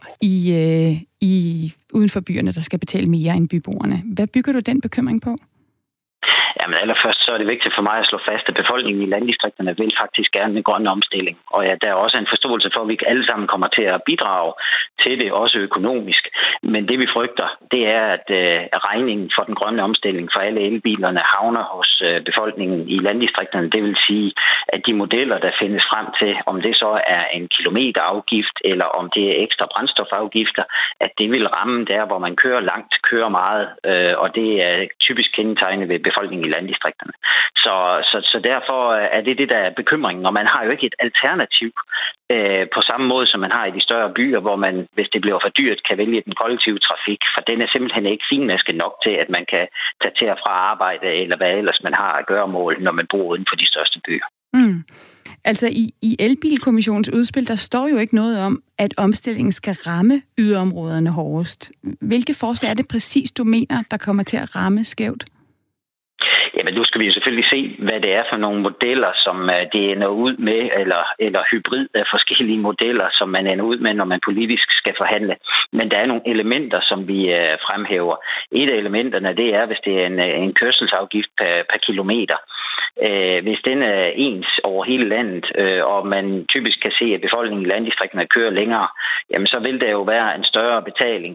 S2: i uden for byerne, der skal betale mere end byboerne. Hvad bygger du den bekymring på?
S7: Jamen allerførst så er det vigtigt for mig at slå fast, at befolkningen i landdistrikterne vil faktisk gerne en grøn omstilling. Og ja, der er også en forståelse for, at vi alle sammen kommer til at bidrage til det, også økonomisk. Men det vi frygter, det er, at regningen for den grønne omstilling for alle elbilerne havner hos befolkningen i landdistrikterne. Det vil sige, at de modeller, der findes frem til, om det så er en kilometerafgift, eller om det er ekstra brændstofafgifter, at det vil ramme der, hvor man kører langt, kører meget. Og det er typisk kendetegnet ved befolkningen i landdistrikterne. Så derfor er det der er bekymringen, og man har jo ikke et alternativ på samme måde, som man har i de større byer, hvor man, hvis det bliver for dyrt, kan vælge den kollektive trafik, for den er simpelthen ikke finmasket nok til, at man kan tage til og fra arbejde, eller hvad ellers man har at gøre mål, når man bor uden for de største byer.
S2: Mm. Altså i Elbilkommissionens udspil, der står jo ikke noget om, at omstillingen skal ramme yderområderne hårdest. Hvilke forslag er det præcis, du mener, der kommer til at ramme skævt?
S7: Jamen, nu skal vi jo selvfølgelig se, hvad det er for nogle modeller, som det ender ud med, eller hybrid af forskellige modeller, som man ender ud med, når man politisk skal forhandle. Men der er nogle elementer, som vi fremhæver. Et af elementerne, det er, hvis det er en kørselsafgift per kilometer. Hvis den er ens over hele landet, og man typisk kan se, at befolkningen i landdistrikterne kører længere, jamen så vil der jo være en større betaling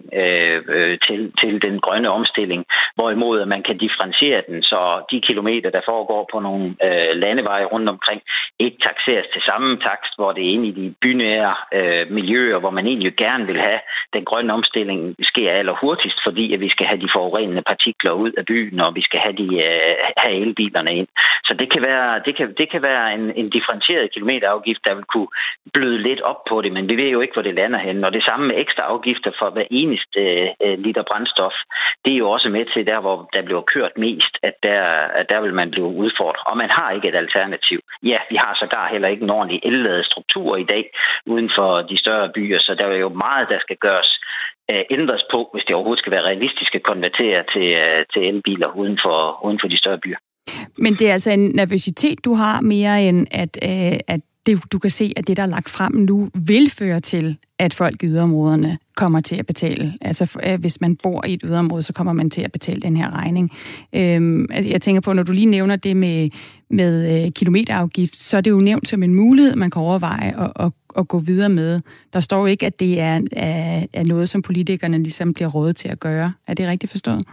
S7: til den grønne omstilling, hvorimod at man kan differentiere den, så de kilometer, der foregår på nogle landeveje rundt omkring, ikke takseres til samme takst, hvor det er inde i de bynære miljøer, hvor man egentlig gerne vil have den grønne omstilling sker allerhurtigst, fordi at vi skal have de forurenende partikler ud af byen, og vi skal have elbilerne ind. Så det kan være en differentieret kilometerafgift, der vil kunne bløde lidt op på det, men vi ved jo ikke, hvor det lander hen. Og det samme med ekstra afgifter for hver eneste liter brændstof, det er jo også med til der, hvor der bliver kørt mest, at der vil man blive udfordret. Og man har ikke et alternativ. Ja, vi har sågar heller ikke en ordentlig elladet struktur i dag uden for de større byer, så der er jo meget, der skal gøres ændres på, hvis det overhovedet skal være realistisk at konvertere til elbiler uden for de større byer.
S2: Men det er altså en nervøsitet, du har mere end, at det, du kan se, at det, der er lagt frem nu, vil føre til, at folk i yderområderne kommer til at betale. Altså, hvis man bor i et yderområde, så kommer man til at betale den her regning. Jeg tænker på, når du lige nævner det med kilometerafgift, så er det jo nævnt som en mulighed, man kan overveje at gå videre med. Der står jo ikke, at det er noget, som politikerne ligesom bliver rådet til at gøre. Er det rigtigt forstået?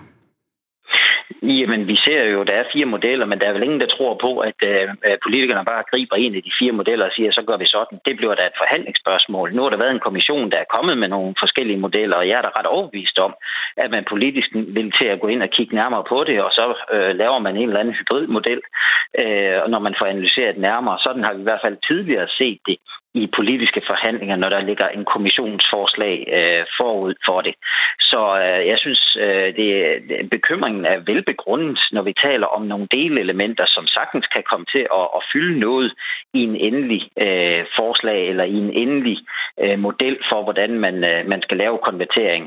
S7: Jamen, vi ser jo, der er 4 modeller, men der er vel ingen, der tror på, at politikerne bare griber en af de 4 modeller og siger, så gør vi sådan. Det bliver da et forhandlingsspørgsmål. Nu har der været en kommission, der er kommet med nogle forskellige modeller, og jeg er da ret overbevist om, at man politisk vil til at gå ind og kigge nærmere på det, og så laver man en eller anden hybridmodel, når man får analyseret nærmere. Sådan har vi i hvert fald tidligere set det i politiske forhandlinger, når der ligger en kommissionsforslag forud for det. Så jeg synes, bekymringen er velbegrundet, når vi taler om nogle delelementer, som sagtens kan komme til at fylde noget i en endelig forslag eller i en endelig model for, hvordan man skal lave konvertering.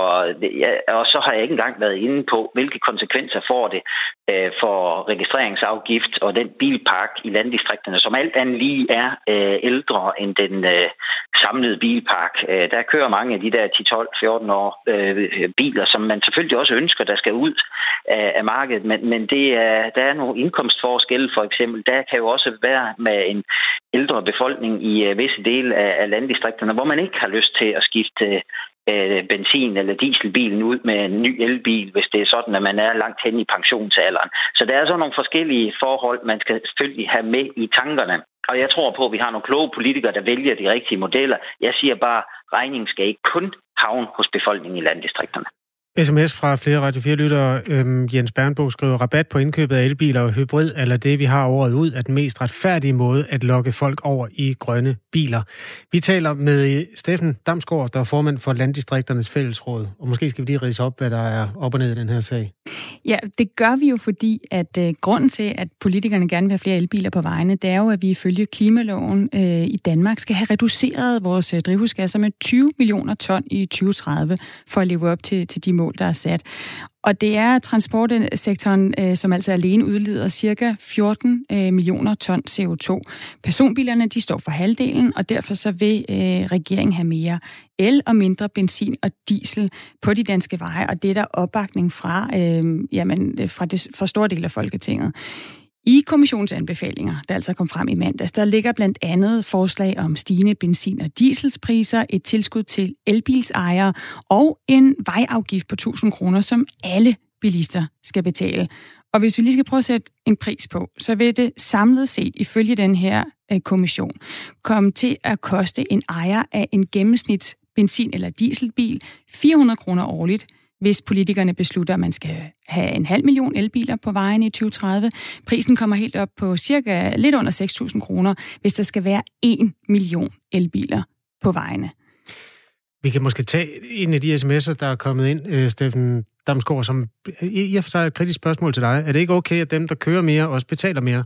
S7: Og så har jeg ikke engang været inde på, hvilke konsekvenser får det for registreringsafgift og den bilpark i landdistrikterne, som alt andet lige er ældre end den samlede bilpark. Der kører mange af de der 10-12-14 år biler, som man selvfølgelig også ønsker, der skal ud af markedet, men der er nogle indkomstforskelle for eksempel. Der kan jo også være med en ældre befolkning i visse dele af landdistrikterne, hvor man ikke har lyst til at skifte benzin- eller dieselbilen ud med en ny elbil, hvis det er sådan, at man er langt hen i pensionsalderen. Så der er så nogle forskellige forhold, man skal selvfølgelig have med i tankerne. Og jeg tror på, at vi har nogle kloge politikere, der vælger de rigtige modeller. Jeg siger bare, at regningen skal ikke kun havne hos befolkningen i landdistrikterne.
S1: SMS fra flere Radio 4-lyttere. Jens Bernbo skriver, rabat på indkøbet af elbiler og hybrid, eller det, vi har året ud, er den mest retfærdige måde at lokke folk over i grønne biler. Vi taler med Steffen Damsgaard, der er formand for Landdistrikternes Fællesråd. Og måske skal vi lige ridse op, hvad der er op og ned i den her sag.
S2: Ja, det gør vi jo, fordi at grunden til, at politikerne gerne vil have flere elbiler på vejene, det er jo, at vi ifølge klimaloven i Danmark skal have reduceret vores drivhusgasser med 20 millioner ton i 2030 for at leve op til de mål, der er sat. Og det er transportsektoren, som altså alene udleder cirka 14 millioner ton CO2. Personbilerne, de står for halvdelen, og derfor så vil regeringen have mere el og mindre benzin og diesel på de danske veje, og det er der opbakning fra, fra store dele af Folketinget. I kommissionsanbefalinger, der altså kom frem i mandags, der ligger blandt andet forslag om stigende benzin- og dieselspriser, et tilskud til elbilsejere og en vejafgift på 1.000 kroner, som alle bilister skal betale. Og hvis vi lige skal prøve at sætte en pris på, så vil det samlet set, ifølge den her kommission, komme til at koste en ejer af en gennemsnits benzin- eller dieselbil 400 kroner årligt, hvis politikerne beslutter, at man skal have 500.000 elbiler på vejen i 2030. Prisen kommer helt op på cirka lidt under 6.000 kroner, hvis der skal være 1 million elbiler på vejene.
S1: Vi kan måske tage en af de sms'er, der er kommet ind, Steffen Damsgaard, som i og for sig er et kritisk spørgsmål til dig. Er det ikke okay, at dem, der kører mere, også betaler mere?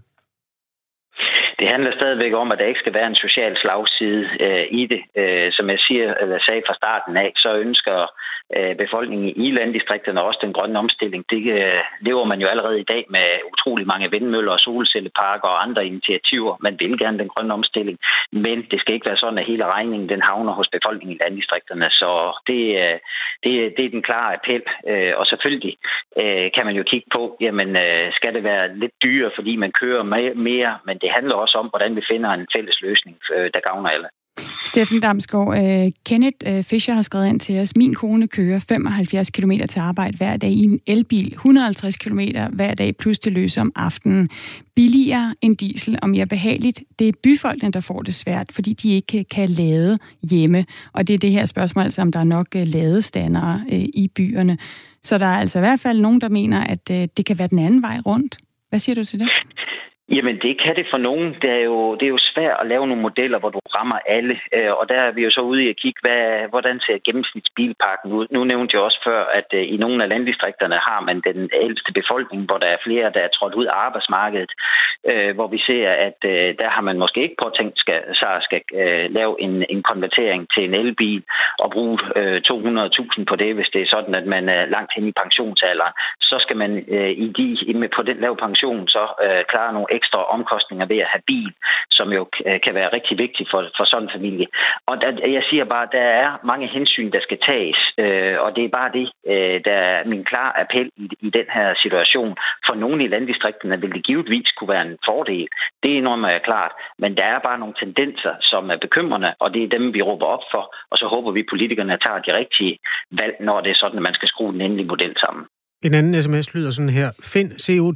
S7: Det handler stadigvæk om, at der ikke skal være en social slagside i det. Som jeg sagde fra starten af, så ønsker befolkningen i landdistrikterne, og også den grønne omstilling. Det lever man jo allerede i dag med utrolig mange vindmøller og solcelleparker og andre initiativer. Man vil gerne den grønne omstilling, men det skal ikke være sådan, at hele regningen den havner hos befolkningen i landdistrikterne. Så det er den klare appel. Og selvfølgelig kan man jo kigge på, jamen skal det være lidt dyrere, fordi man kører mere, men det handler også om, hvordan vi finder en fælles løsning, der gavner alle.
S2: Steffen Damsgaard, Kenneth Fischer har skrevet ind til os. Min kone kører 75 km til arbejde hver dag i en elbil, 150 km hver dag plus til løse om aftenen. Billigere end diesel og mere behageligt. Det er byfolkene, der får det svært, fordi de ikke kan lade hjemme. Og det er det her spørgsmål, altså, om der er nok ladestandere i byerne. Så der er altså i hvert fald nogen, der mener, at det kan være den anden vej rundt. Hvad siger du til det?
S7: Jamen, det kan det for nogen. Det er jo svært at lave nogle modeller, hvor du rammer alle. Og der er vi jo så ude i at kigge, hvordan ser gennemsnitsbilparken ud. Nu nævnte jeg også før, at i nogle af landdistrikterne har man den ældste befolkning, hvor der er flere, der er trådt ud af arbejdsmarkedet. Hvor vi ser, at der har man måske ikke påtænkt skal lave en konvertering til en elbil og bruge 200.000 på det, hvis det er sådan, at man er langt hen i pensionsalderen. Så skal man på den lave pension så klare nogle ekstra omkostninger ved at have bil, som jo kan være rigtig vigtigt for sådan en familie. Og jeg siger bare, at der er mange hensyn, der skal tages, og det er bare det, der er min klare appel i den her situation. For nogle i landdistrikterne vil det givetvis kunne være en fordel. Det indrømmer jeg klart, men der er bare nogle tendenser, som er bekymrende, og det er dem, vi råber op for, og så håber vi, politikerne tager de rigtige valg, når det er sådan, at man skal skrue den endelige model sammen. En
S1: anden sms lyder sådan her. Find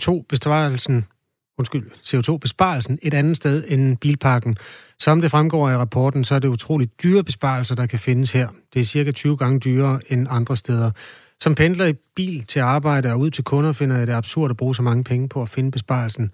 S1: CO2-besparelsen et andet sted end bilparken. Som det fremgår af rapporten, så er det utroligt dyre besparelser, der kan findes her. Det er cirka 20 gange dyrere end andre steder. Som pendler i bil til arbejde og ud til kunder, finder jeg det absurd at bruge så mange penge på at finde besparelsen.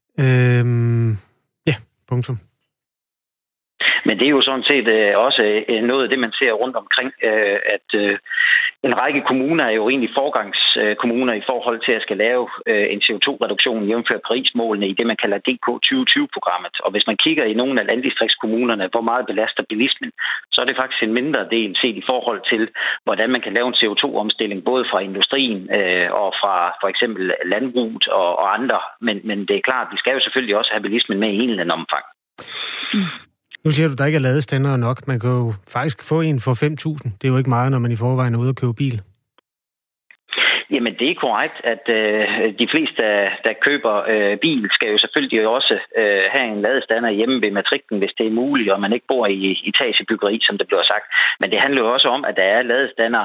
S1: Punktum.
S7: Men det er jo sådan set også noget af det, man ser rundt omkring, at en række kommuner er jo egentlig forgangskommuner i forhold til at skal lave en CO2-reduktion jævnfør Paris-målene i det, man kalder DK 2020-programmet. Og hvis man kigger i nogle af landdistriktskommunerne, hvor meget belaster bilismen, så er det faktisk en mindre del set i forhold til, hvordan man kan lave en CO2-omstilling, både fra industrien og fra for eksempel landbruget og andre. Men det er klart, vi skal jo selvfølgelig også have bilismen med i en eller anden omfang.
S1: Nu siger du, der ikke er ladestandere nok. Man kan jo faktisk få en for 5.000. Det er jo ikke meget, når man i forvejen er ude og købe bil.
S7: Jamen, det er korrekt, at de fleste, der køber bil, skal jo selvfølgelig også have en ladestander hjemme ved matriklen, hvis det er muligt, og man ikke bor i etagebyggeri, som det bliver sagt. Men det handler jo også om, at der er ladestander,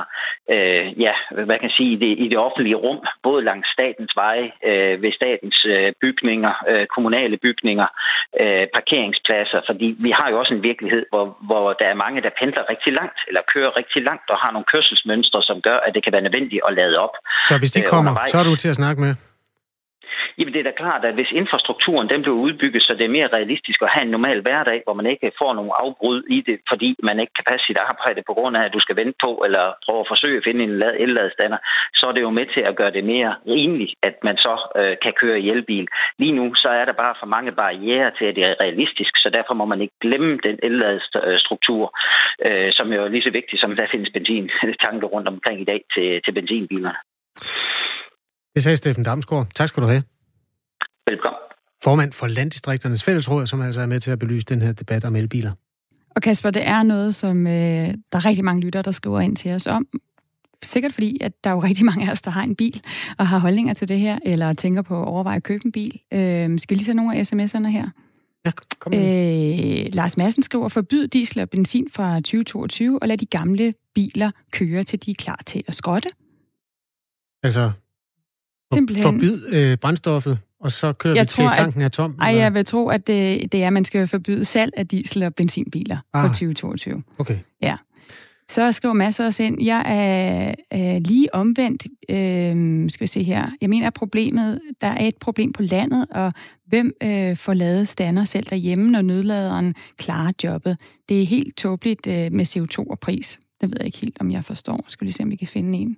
S7: i det offentlige rum, både langs statens veje, ved statens bygninger, kommunale bygninger, parkeringspladser, fordi vi har jo også en virkelighed, hvor der er mange, der pendler rigtig langt, eller kører rigtig langt, og har nogle kørselsmønstre, som gør, at det kan være nødvendigt at lade op.
S1: Så hvis de kommer, så er du til at snakke med?
S7: Jamen, det er da klart, at hvis infrastrukturen den bliver udbygget, så det er mere realistisk at have en normal hverdag, hvor man ikke får nogen afbrud i det, fordi man ikke kan passe sit arbejde på grund af, at du skal vente på, eller prøve at forsøge at finde en elladestander, så er det jo med til at gøre det mere rimeligt, at man så kan køre i elbil. Lige nu, så er der bare for mange barrierer til, at det er realistisk, så derfor må man ikke glemme den elladstruktur, som jo er lige så vigtig, som der findes benzintanke rundt omkring i dag til benzinbilerne.
S1: Det sagde Steffen Damsgaard. Tak skal du have.
S7: Velkommen.
S1: Formand for Landdistrikternes Fællesråd, som altså er med til at belyse den her debat om elbiler.
S2: Og Kasper, det er noget, som der er rigtig mange lyttere, der skriver ind til os om. Sikkert fordi, at der er jo rigtig mange af os, der har en bil og har holdninger til det her, eller tænker på at overveje at købe en bil. Skal vi lige se nogle af sms'erne her?
S1: Ja, kom med.
S2: Lars Madsen skriver, forbyd diesel og benzin fra 2022, og lad de gamle biler køre, til de er klar til at skrotte.
S1: Altså, forbyd brændstoffet, og så kører vi til tanken er tom?
S2: Nej, jeg vil tro, at det er, at man skal forbyde salg af diesel- og benzinbiler for 2022.
S1: Okay.
S2: Ja. Så skriver masser os ind. Jeg er lige omvendt. Skal vi se her. Jeg mener, at der er et problem på landet, og hvem får lavet stander selv derhjemme, når nødladeren klarer jobbet. Det er helt tåbeligt med CO2 og pris. Det ved jeg ikke helt, om jeg forstår. Skal vi se, om vi kan finde en,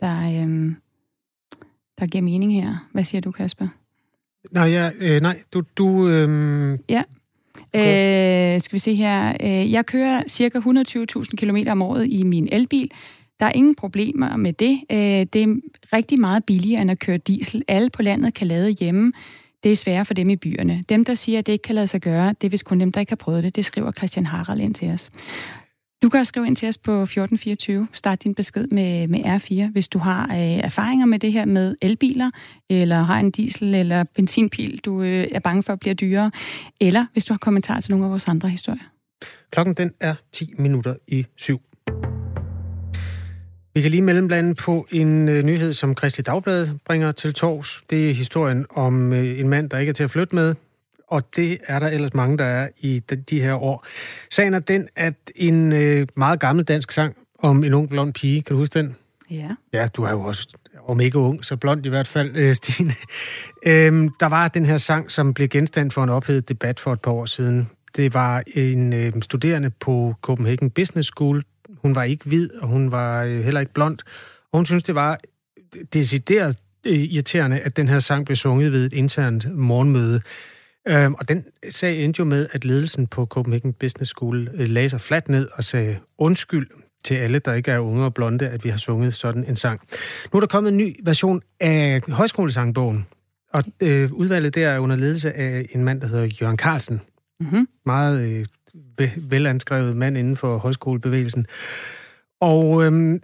S2: der giver mening her. Hvad siger du, Kasper?
S1: Ja.
S2: Skal vi se her. Jeg kører ca. 120.000 km om året i min elbil. Der er ingen problemer med det. Det er rigtig meget billigere end at køre diesel. Alle på landet kan lade hjemme. Det er sværere for dem i byerne. Dem, der siger, at det ikke kan lade sig gøre, det er vist kun dem, der ikke har prøvet det. Det skriver Christian Harald ind til os. Du kan også skrive ind til os på 1424. Start din besked med R4, hvis du har erfaringer med det her med elbiler, eller har en diesel- eller benzinbil, du er bange for at blive dyrere, eller hvis du har kommentarer til nogle af vores andre historier.
S1: Klokken den er 7:10. Vi kan lige mellemlande på en nyhed, som Kristeligt Dagblad bringer til torvs. Det er historien om en mand, der ikke er til at flytte med, og det er der ellers mange, der er i de her år. Sagen er den, at en meget gammel dansk sang om en ung blond pige, kan du huske den?
S2: Ja.
S1: Ja, du er jo også, om ikke ung, så blond i hvert fald, Stine. Der var den her sang, som blev genstand for en ophedet debat for et par år siden. Det var en studerende på Copenhagen Business School. Hun var ikke hvid, og hun var heller ikke blond. Og hun synes, det var decideret irriterende, at den her sang blev sunget ved et internt morgenmøde. Og den sag endte jo med, at ledelsen på Copenhagen Business School lagde sig fladt ned og sagde undskyld til alle, der ikke er unge og blonde, at vi har sunget sådan en sang. Nu er der kommet en ny version af højskolesangbogen, og udvalget der er under ledelse af en mand, der hedder Jørgen Carlsen. Mm-hmm. Meget velanskrevet mand inden for højskolebevægelsen. Og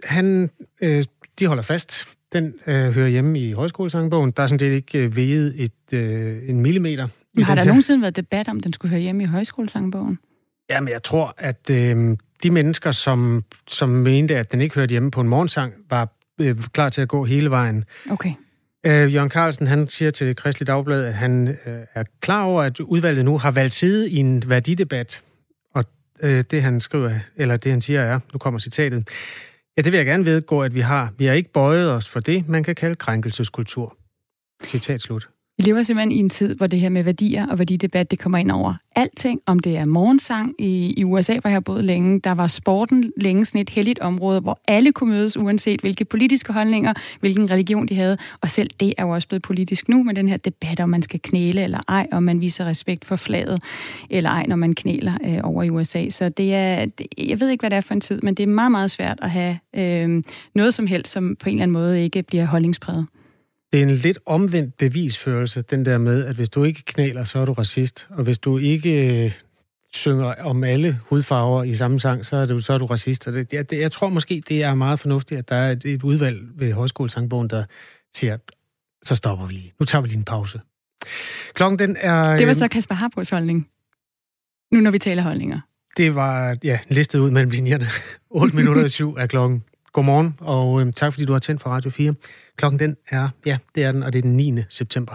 S1: de holder fast. Den hører hjemme i højskolesangbogen. Der er sådan set ikke veget en millimeter.
S2: Har der nogensinde været debat om, den skulle høre hjemme i højskolesangbogen?
S1: Jamen, jeg tror, at de mennesker, som mente, at den ikke hørte hjemme på en morgensang, var klar til at gå hele vejen.
S2: Okay.
S1: Jørgen Carlsen, han siger til Kristeligt Dagblad, at han er klar over, at udvalget nu har valgt side i en værdidebat. Og det han skriver, eller det han siger er, nu kommer citatet, ja, det vil jeg gerne vedgå, at vi har ikke bøjet os for det, man kan kalde krænkelseskultur. Citat slut.
S2: Vi lever simpelthen i en tid, hvor det her med værdier og værdidebat, det kommer ind over alting. Om det er morgensang i USA, hvor jeg har boet længe, der var sporten længe sådan et helligt område, hvor alle kunne mødes, uanset hvilke politiske holdninger, hvilken religion de havde. Og selv det er jo også blevet politisk nu med den her debat, om man skal knæle eller ej, om man viser respekt for flaget eller ej, når man knæler over i USA. Så det er, jeg ved ikke, hvad det er for en tid, men det er meget, meget svært at have noget som helst, som på en eller anden måde ikke bliver holdningspræget.
S1: Det er en lidt omvendt bevisførelse, den der med, at hvis du ikke knæler, så er du racist. Og hvis du ikke synger om alle hudfarver i samme sang, så er du racist. Og jeg tror måske, det er meget fornuftigt, at der er et udvalg ved højskolesangbogen, der siger, så stopper vi lige. Nu tager vi lige en pause. Klokken den er...
S2: Det var så Kasper Harboes holdning. Nu når vi taler holdninger.
S1: Det var, listet ud mellem linjerne. 8:07 er klokken. Godmorgen, og tak fordi du har tændt for Radio 4. Klokken den er, det er den, og det er den 9. september.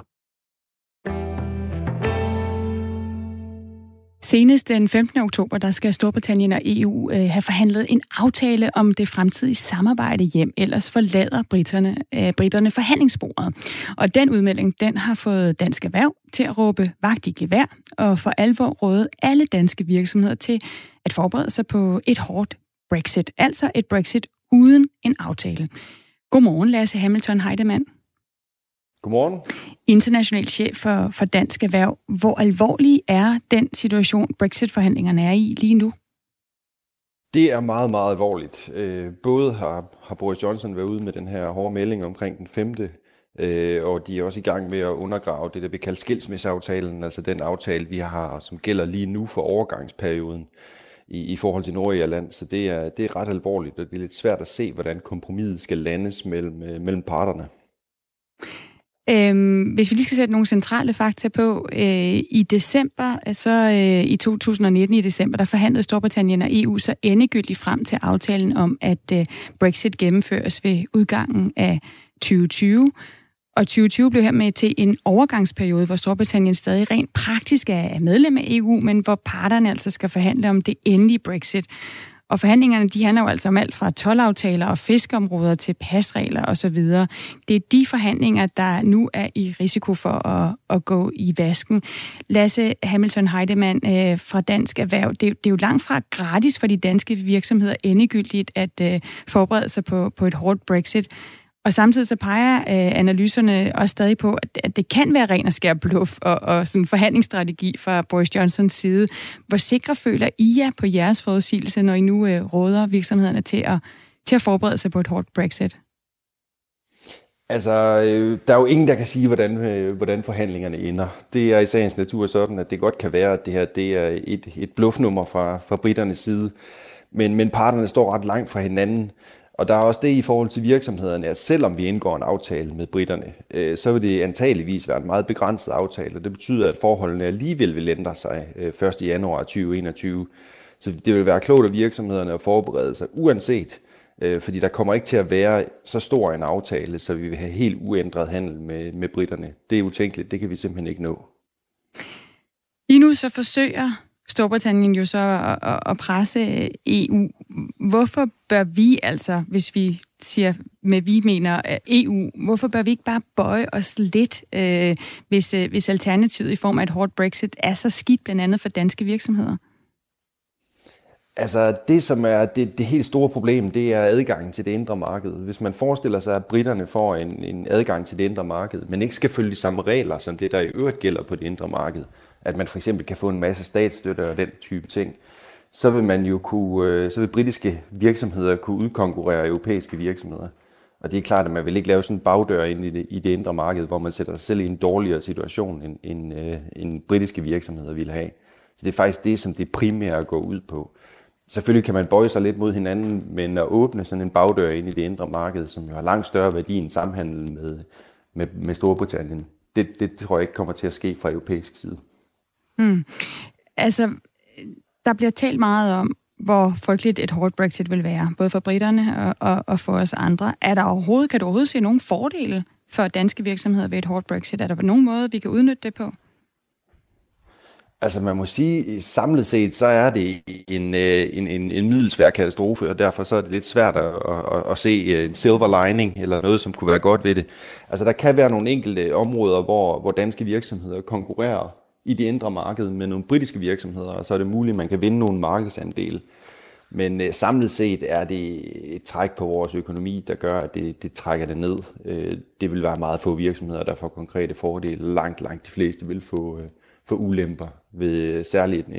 S2: Senest den 15. oktober, der skal Storbritannien og EU have forhandlet en aftale om det fremtidige samarbejde hjem. Ellers forlader britterne forhandlingsbordet. Og den udmelding, den har fået Dansk Erhverv til at råbe vagt i gevær, og for alvor rådet alle danske virksomheder til at forberede sig på et hårdt Brexit. Altså et Brexit uden en aftale. Godmorgen, Lasse Hamilton Heidemann.
S8: Godmorgen.
S2: International chef for Dansk Erhverv. Hvor alvorlig er den situation, Brexit-forhandlingerne er i lige nu?
S8: Det er meget, meget alvorligt. Både har Boris Johnson været ude med den her hårde melding omkring den 5. Og de er også i gang med at undergrave det, der bliver kaldt skilsmisseaftalen, altså den aftale, vi har, som gælder lige nu for overgangsperioden i forhold til Nordirland. Så det er ret alvorligt, og det er lidt svært at se, hvordan kompromiset skal landes mellem parterne.
S2: Hvis vi lige skal sætte nogle centrale fakta på, i december, altså i 2019 i december, der forhandlede Storbritannien og EU så endegyldigt frem til aftalen om, at Brexit gennemføres ved udgangen af 2020. Og 2020 blev her med til en overgangsperiode, hvor Storbritannien stadig rent praktisk er medlem af EU, men hvor parterne altså skal forhandle om det endelige Brexit. Og forhandlingerne, de handler jo altså om alt fra toldaftaler og fiskeområder til pasregler osv. Det er de forhandlinger, der nu er i risiko for at gå i vasken. Lasse Hamilton Heidemann fra Dansk Erhverv, det er jo langt fra gratis for de danske virksomheder endegyldigt at forberede sig på et hårdt Brexit. Og samtidig så peger analyserne også stadig på, at det kan være ren og skær bluff og sådan en forhandlingsstrategi fra Boris Johnsons side. Hvor sikre føler I jer på jeres forudsigelse, når I nu råder virksomhederne til til at forberede sig på et hårdt Brexit?
S8: Altså, der er jo ingen, der kan sige, hvordan forhandlingerne ender. Det er i sagens natur sådan, at det godt kan være, at det her det er et bluffnummer fra britternes side. Men parterne står ret langt fra hinanden. Og der er også det i forhold til virksomhederne, at selvom vi indgår en aftale med britterne, så vil det antageligvis være en meget begrænset aftale. Og det betyder, at forholdene alligevel vil ændre sig 1. januar 2021. Så det vil være klogt af virksomhederne at forberede sig uanset. Fordi der kommer ikke til at være så stor en aftale, så vi vil have helt uændret handel med britterne. Det er utænkeligt, det kan vi simpelthen ikke nå.
S2: Lige nu så forsøger Storbritannien jo så at presse EU. Hvorfor bør vi altså, hvis vi siger med vi mener EU, hvorfor bør vi ikke bare bøje os lidt, hvis alternativet i form af et hårdt Brexit er så skidt, blandt andet for danske virksomheder?
S8: Altså det, som er det helt store problem, det er adgangen til det indre marked. Hvis man forestiller sig, at britterne får en adgang til det indre marked, men ikke skal følge de samme regler, som det, der i øvrigt gælder på det indre marked, at man for eksempel kan få en masse statsstøtte og den type ting, så vil britiske virksomheder kunne udkonkurrere europæiske virksomheder. Og det er klart, at man vil ikke lave sådan en bagdør ind i det indre marked, hvor man sætter sig selv i en dårligere situation, end britiske virksomheder ville have. Så det er faktisk det, som det primære går ud på. Selvfølgelig kan man bøje sig lidt mod hinanden, men at åbne sådan en bagdør ind i det indre marked, som jo har langt større værdi end samhandel med Storbritannien, det tror jeg ikke kommer til at ske fra europæisk side.
S2: Altså, der bliver talt meget om, hvor frygteligt et hårdt Brexit vil være, både for britterne og for os andre. Kan du overhovedet se nogle fordele for danske virksomheder ved et hårdt Brexit? Er der på nogen måde, vi kan udnytte det på?
S8: Altså man må sige, samlet set, så er det en middelsvær katastrofe, og derfor så er det lidt svært at se en silver lining, eller noget, som kunne være godt ved det. Altså der kan være nogle enkelte områder, hvor danske virksomheder konkurrerer i det indre marked med nogle britiske virksomheder, og så er det muligt, at man kan vinde nogle markedsandele. Men samlet set er det et træk på vores økonomi, der gør, at det trækker det ned. Det vil være meget få virksomheder, der får konkrete fordele. Langt de fleste vil få ulemper ved særligt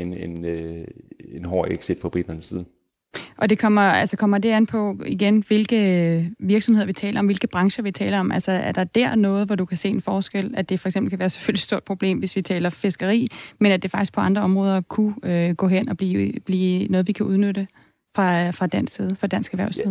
S8: en hård exit fra britternes side.
S2: Og det kommer det an på igen, hvilke virksomheder vi taler om, hvilke brancher vi taler om. Altså er der der noget, hvor du kan se en forskel, at det for eksempel kan være selvfølgelig et stort problem, hvis vi taler fiskeri, men at det faktisk på andre områder kunne gå hen og blive noget, vi kan udnytte fra dansk side, fra dansk erhvervsside?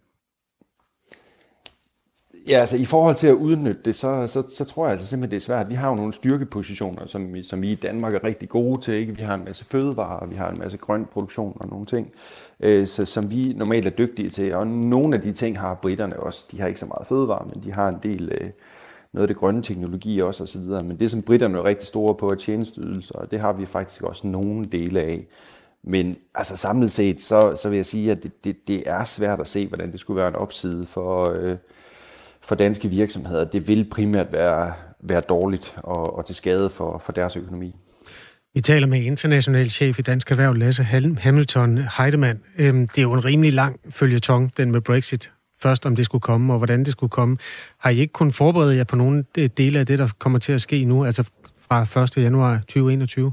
S8: Ja, altså i forhold til at udnytte det, så tror jeg altså simpelthen, det er svært. Vi har jo nogle styrkepositioner, som vi i Danmark er rigtig gode til. Ikke? Vi har en masse fødevarer, vi har en masse grøn produktion og nogle ting, som vi normalt er dygtige til. Og nogle af de ting har britterne også. De har ikke så meget fødevarer, men de har en del noget af det grønne teknologi også osv. Men det, som britterne er rigtig store på, er tjenesteydelser, og det har vi faktisk også nogle dele af. Men altså samlet set, så vil jeg sige, at det er svært at se, hvordan det skulle være en opside for danske virksomheder. Det vil primært være dårligt og til skade for deres økonomi.
S1: Vi taler med international chef i Dansk Erhverv, Lasse Hamilton Heidemann. Det er jo en rimelig lang føljeton, den med Brexit. Først om det skulle komme, og hvordan det skulle komme. Har I ikke kunnet forberede jer på nogle dele af det, der kommer til at ske nu, altså fra 1. januar 2021?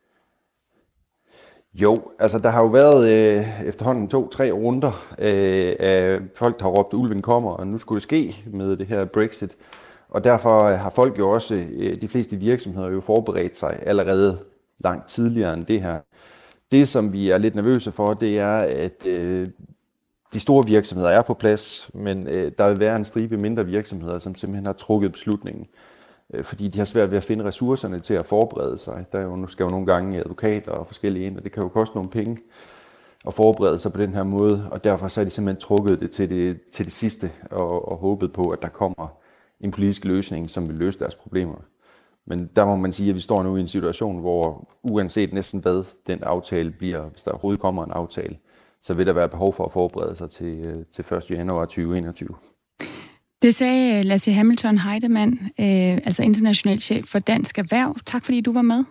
S8: Jo, altså der har jo været efterhånden 2-3 runder af folk, der har råbt, at ulven kommer, og nu skulle det ske med det her Brexit. Og derfor har folk jo også, de fleste virksomheder jo forberedt sig allerede langt tidligere end det her. Det, som vi er lidt nervøse for, det er, at de store virksomheder er på plads, men der vil være en stribe mindre virksomheder, som simpelthen har trukket beslutningen. Fordi de har svært ved at finde ressourcerne til at forberede sig. Der skal jo nogle gange advokater og forskellige ind, og det kan jo koste nogle penge at forberede sig på den her måde. Og derfor så er de simpelthen trukket det til det sidste og håbet på, at der kommer en politisk løsning, som vil løse deres problemer. Men der må man sige, at vi står nu i en situation, hvor uanset næsten hvad den aftale bliver, hvis der overhovedet kommer en aftale, så vil der være behov for at forberede sig til 1. januar 2021.
S2: Det sagde Lasse Hamilton Heidemann, altså international chef for Dansk Erhverv. Tak fordi du var med.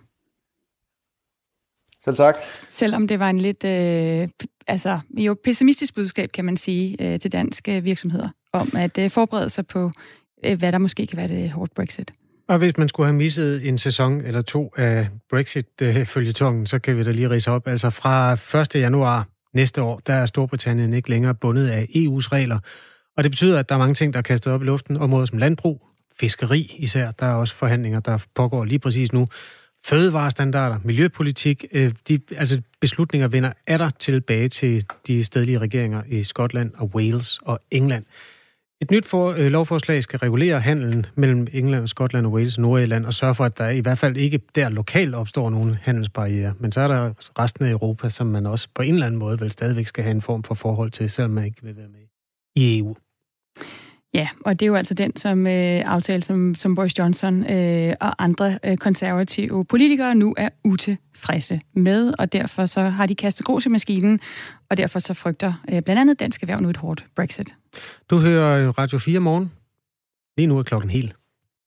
S8: Selv tak.
S2: Selvom det var en lidt pessimistisk budskab, kan man sige, til danske virksomheder, om at forberede sig på, hvad der måske kan være det hårdt Brexit.
S1: Og hvis man skulle have misset en sæson eller 2 af Brexit-føljetongen, så kan vi da lige ridse op. Altså fra 1. januar Næste år, der er Storbritannien ikke længere bundet af EU's regler, og det betyder, at der er mange ting, der er kastet op i luften, områder som landbrug, fiskeri især, der er også forhandlinger, der pågår lige præcis nu, fødevarestandarder, miljøpolitik, altså beslutninger vender atter tilbage til de stedlige regeringer i Skotland og Wales og England. Et nyt lovforslag skal regulere handelen mellem England, Skotland og Wales og Nordirland og sørge for, at der i hvert fald ikke der lokalt opstår nogen handelsbarrierer. Men så er der resten af Europa, som man også på en eller anden måde vel stadigvæk skal have en form for forhold til, selvom man ikke vil være med i EU.
S2: Ja, og det er jo altså den aftale, som Boris Johnson og andre konservative politikere nu er utilfredse med, og derfor så har de kastet grus i maskinen, og derfor så frygter blandt andet Dansk Erhverv nu et hårdt Brexit.
S1: Du hører Radio 4 morgen. Lige nu er klokken helt